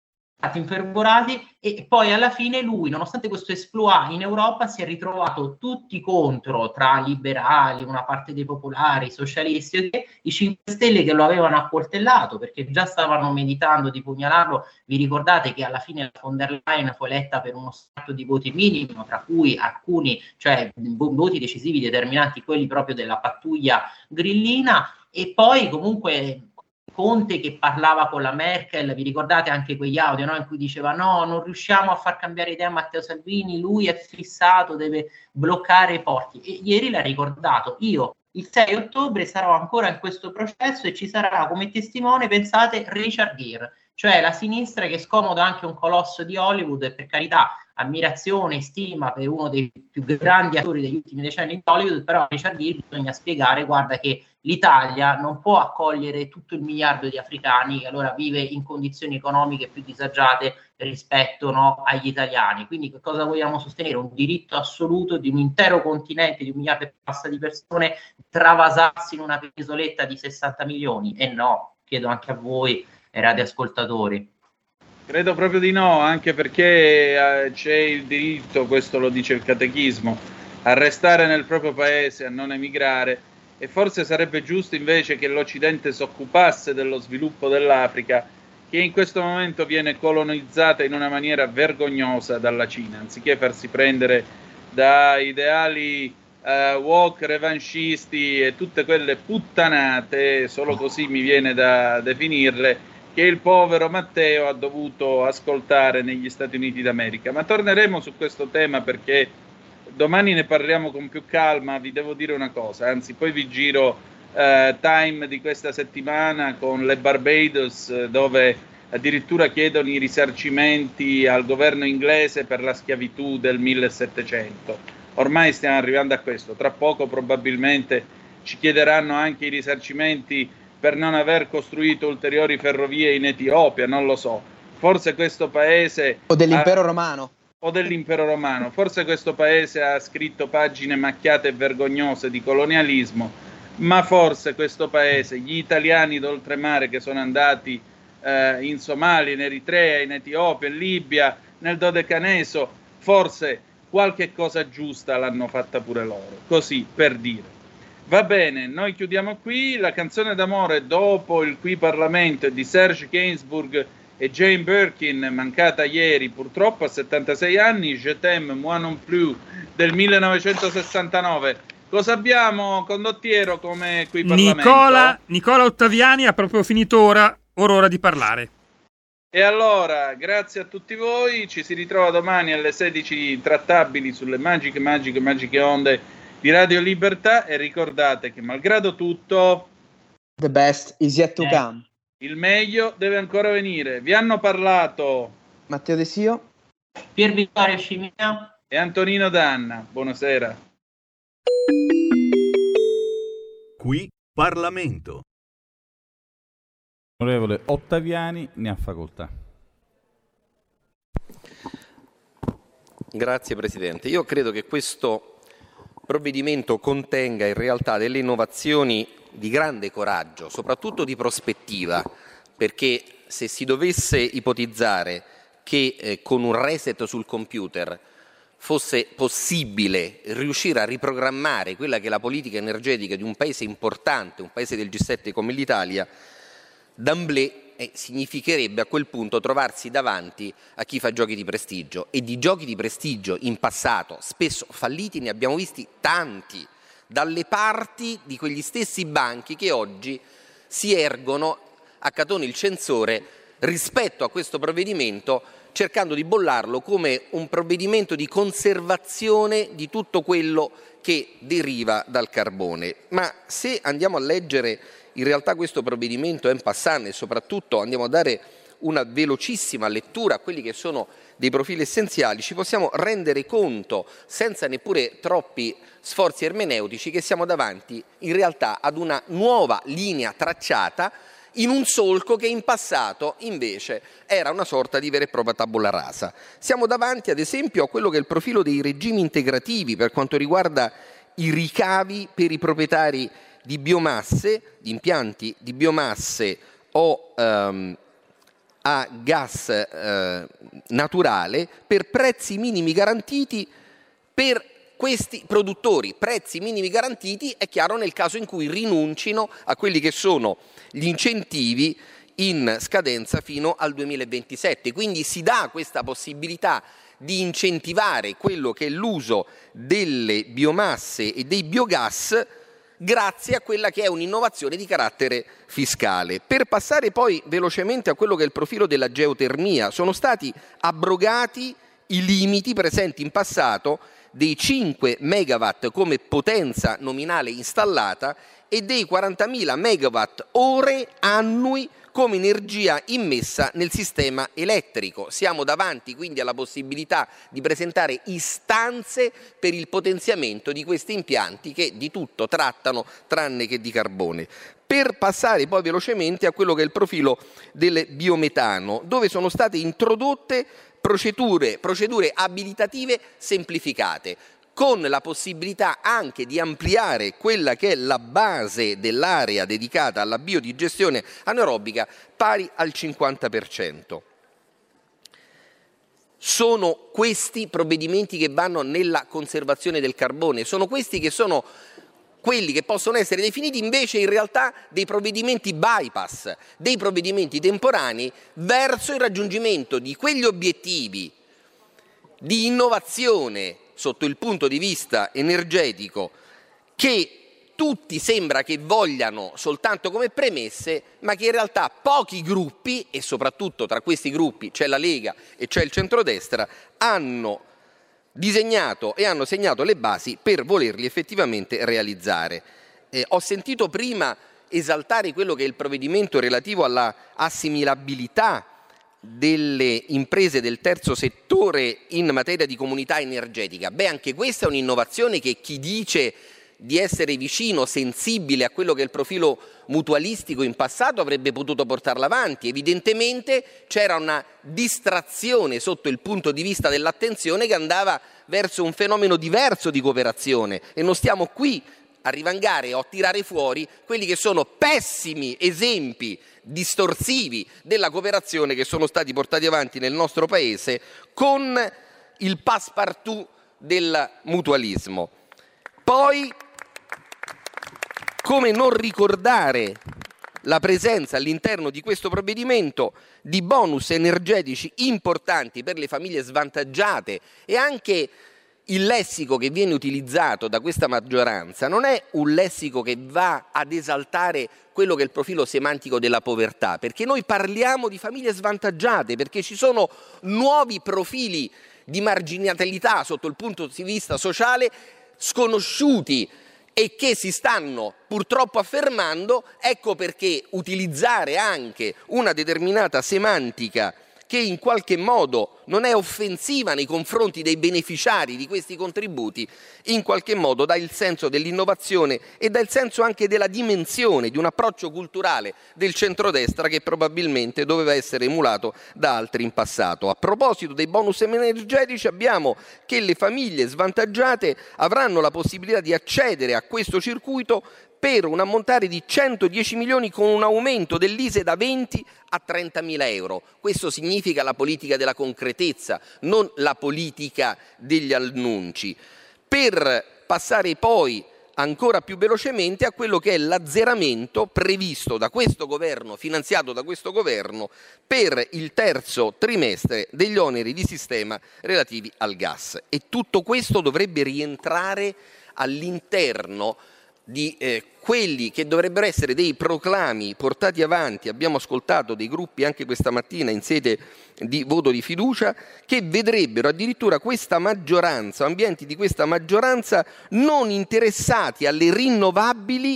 infervorati, e poi alla fine lui, nonostante questo exploit in Europa, si è ritrovato tutti contro, tra liberali, una parte dei popolari, i socialisti, i 5 Stelle che lo avevano accoltellato perché già stavano meditando di pugnalarlo. Vi ricordate che alla fine la von der Leyen fu eletta per uno scatto di voti minimo, tra cui alcuni, cioè voti decisivi determinanti, quelli proprio della pattuglia grillina, e poi comunque Conte che parlava con la Merkel, vi ricordate anche quegli audio, no? In cui diceva no, non riusciamo a far cambiare idea a Matteo Salvini, lui è fissato, deve bloccare i porti. E ieri l'ha ricordato, io il 6 ottobre sarò ancora in questo processo e ci sarà come testimone, pensate, Richard Gere, cioè la sinistra che scomoda anche un colosso di Hollywood, e per carità, ammirazione e stima per uno dei più grandi attori degli ultimi decenni di Hollywood, però a Richard Gere bisogna spiegare, guarda, che l'Italia non può accogliere tutto il miliardo di africani che allora vive in condizioni economiche più disagiate rispetto, no, agli italiani. Quindi che cosa vogliamo sostenere? Un diritto assoluto di un intero continente di 1 miliardo e passa di persone travasarsi in una isoletta di 60 milioni? E no, chiedo anche a voi, radioascoltatori. Credo proprio di no, anche perché c'è il diritto, questo lo dice il catechismo, a restare nel proprio paese, a non emigrare, e forse sarebbe giusto invece che l'Occidente si occupasse dello sviluppo dell'Africa, che in questo momento viene colonizzata in una maniera vergognosa dalla Cina, anziché farsi prendere da ideali woke, revanchisti e tutte quelle puttanate, solo così mi viene da definirle, che il povero Matteo ha dovuto ascoltare negli Stati Uniti d'America. Ma torneremo su questo tema perché domani ne parliamo con più calma. Vi devo dire una cosa, anzi poi vi giro Time di questa settimana con le Barbados, dove addirittura chiedono i risarcimenti al governo inglese per la schiavitù del 1700. Ormai stiamo arrivando a questo, tra poco probabilmente ci chiederanno anche i risarcimenti per non aver costruito ulteriori ferrovie in Etiopia, non lo so. Forse questo paese... O dell'impero romano. O dell'impero romano. Forse questo paese ha scritto pagine macchiate e vergognose di colonialismo, ma forse questo paese, gli italiani d'oltremare che sono andati in Somalia, in Eritrea, in Etiopia, in Libia, nel Dodecaneso, forse qualche cosa giusta l'hanno fatta pure loro. Così, per dire. Va bene, noi chiudiamo qui. La canzone d'amore dopo il Qui Parlamento è di Serge Gainsbourg e Jane Birkin, mancata ieri purtroppo a 76 anni, Je t'aime, moi non plus, del 1969. Cosa abbiamo, condottiero, come Qui Parlamento? Nicola Ottaviani ha proprio finito ora di parlare. E allora, grazie a tutti voi, ci si ritrova domani alle 16 trattabili sulle magiche onde di Radio Libertà, e ricordate che malgrado tutto the best is yet to come. Il meglio deve ancora venire. Vi hanno parlato Matteo De Sio, Pier Vittorio Scimia e Antonino Danna. Buonasera. Qui Parlamento. Onorevole Ottaviani, ne ha facoltà. Grazie Presidente. Io credo che questo provvedimento contenga in realtà delle innovazioni di grande coraggio, soprattutto di prospettiva, perché se si dovesse ipotizzare che con un reset sul computer fosse possibile riuscire a riprogrammare quella che è la politica energetica di un paese importante, un paese del G7 come l'Italia, d'emblée significherebbe a quel punto trovarsi davanti a chi fa giochi di prestigio, e di giochi di prestigio in passato spesso falliti ne abbiamo visti tanti dalle parti di quegli stessi banchi che oggi si ergono a catone il censore rispetto a questo provvedimento, cercando di bollarlo come un provvedimento di conservazione di tutto quello che deriva dal carbone. Ma se andiamo a leggere in realtà questo provvedimento en passant e soprattutto andiamo a dare una velocissima lettura a quelli che sono dei profili essenziali, ci possiamo rendere conto, senza neppure troppi sforzi ermeneutici, che siamo davanti in realtà ad una nuova linea tracciata in un solco che in passato invece era una sorta di vera e propria tabula rasa. Siamo davanti ad esempio a quello che è il profilo dei regimi integrativi per quanto riguarda i ricavi per i proprietari di biomasse, di impianti di biomasse o a gas naturale per prezzi minimi garantiti per questi produttori. Prezzi minimi garantiti, è chiaro, nel caso in cui rinuncino a quelli che sono gli incentivi in scadenza fino al 2027. Quindi si dà questa possibilità di incentivare quello che è l'uso delle biomasse e dei biogas grazie a quella che è un'innovazione di carattere fiscale. Per passare poi velocemente a quello che è il profilo della geotermia, sono stati abrogati i limiti presenti in passato dei 5 megawatt come potenza nominale installata e dei 40.000 megawatt ore annui come energia immessa nel sistema elettrico. Siamo davanti quindi alla possibilità di presentare istanze per il potenziamento di questi impianti che di tutto trattano tranne che di carbone. Per passare poi velocemente a quello che è il profilo del biometano, dove sono state introdotte procedure abilitative semplificate, con la possibilità anche di ampliare quella che è la base dell'area dedicata alla biodigestione anaerobica pari al 50%. Sono questi provvedimenti che vanno nella conservazione del carbone, sono questi che sono quelli che possono essere definiti invece in realtà dei provvedimenti bypass, dei provvedimenti temporanei verso il raggiungimento di quegli obiettivi di innovazione sotto il punto di vista energetico che tutti sembra che vogliano soltanto come premesse, ma che in realtà pochi gruppi, e soprattutto tra questi gruppi c'è la Lega e c'è il centrodestra, hanno disegnato e hanno segnato le basi per volerli effettivamente realizzare. Ho sentito prima esaltare quello che è il provvedimento relativo alla assimilabilità delle imprese del terzo settore in materia di comunità energetica. Beh, anche questa è un'innovazione che chi dice di essere vicino, sensibile a quello che è il profilo mutualistico in passato avrebbe potuto portarla avanti. Evidentemente c'era una distrazione sotto il punto di vista dell'attenzione che andava verso un fenomeno diverso di cooperazione e non stiamo qui a rivangare o a tirare fuori quelli che sono pessimi esempi distorsivi della cooperazione che sono stati portati avanti nel nostro Paese con il passepartout del mutualismo. Poi, come non ricordare la presenza all'interno di questo provvedimento di bonus energetici importanti per le famiglie svantaggiate, e anche il lessico che viene utilizzato da questa maggioranza non è un lessico che va ad esaltare quello che è il profilo semantico della povertà, perché noi parliamo di famiglie svantaggiate, perché ci sono nuovi profili di marginalità sotto il punto di vista sociale sconosciuti e che si stanno purtroppo affermando. Ecco perché utilizzare anche una determinata semantica che in qualche modo non è offensiva nei confronti dei beneficiari di questi contributi, in qualche modo dà il senso dell'innovazione e dà il senso anche della dimensione di un approccio culturale del centrodestra che probabilmente doveva essere emulato da altri in passato. A proposito dei bonus energetici, abbiamo che le famiglie svantaggiate avranno la possibilità di accedere a questo circuito per un ammontare di 110 milioni con un aumento dell'ISEE da 20 a 30.000 euro. Questo significa la politica della concretezza, non la politica degli annunci. Per passare poi ancora più velocemente a quello che è l'azzeramento previsto da questo governo, finanziato da questo governo, per il terzo trimestre degli oneri di sistema relativi al gas. E tutto questo dovrebbe rientrare all'interno di quelli che dovrebbero essere dei proclami portati avanti. Abbiamo ascoltato dei gruppi anche questa mattina in sede di voto di fiducia che vedrebbero addirittura questa maggioranza, ambienti di questa maggioranza non interessati alle rinnovabili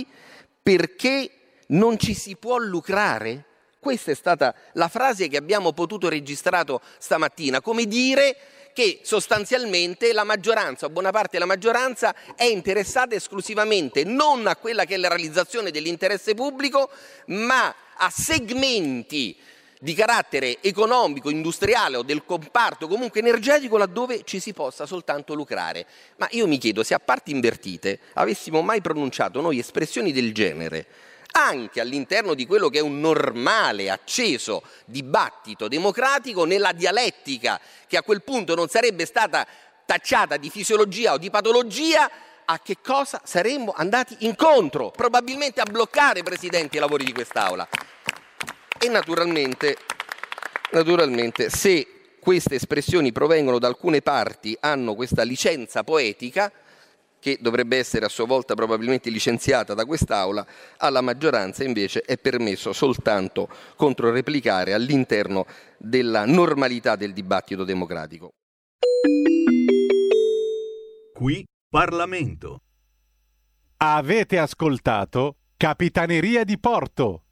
perché non ci si può lucrare. Questa è stata la frase che abbiamo potuto registrare stamattina, come dire che sostanzialmente la maggioranza, o buona parte della maggioranza, è interessata esclusivamente non a quella che è la realizzazione dell'interesse pubblico, ma a segmenti di carattere economico, industriale o del comparto comunque energetico laddove ci si possa soltanto lucrare. Ma io mi chiedo se a parti invertite avessimo mai pronunciato noi espressioni del genere anche all'interno di quello che è un normale, acceso dibattito democratico, nella dialettica che a quel punto non sarebbe stata tacciata di fisiologia o di patologia, a che cosa saremmo andati incontro? Probabilmente a bloccare, Presidente, i lavori di quest'Aula. E naturalmente, se queste espressioni provengono da alcune parti, hanno questa licenza poetica, che dovrebbe essere a sua volta probabilmente licenziata da quest'Aula, alla maggioranza invece è permesso soltanto controreplicare all'interno della normalità del dibattito democratico. Qui Parlamento. Avete ascoltato Capitaneria di Porto.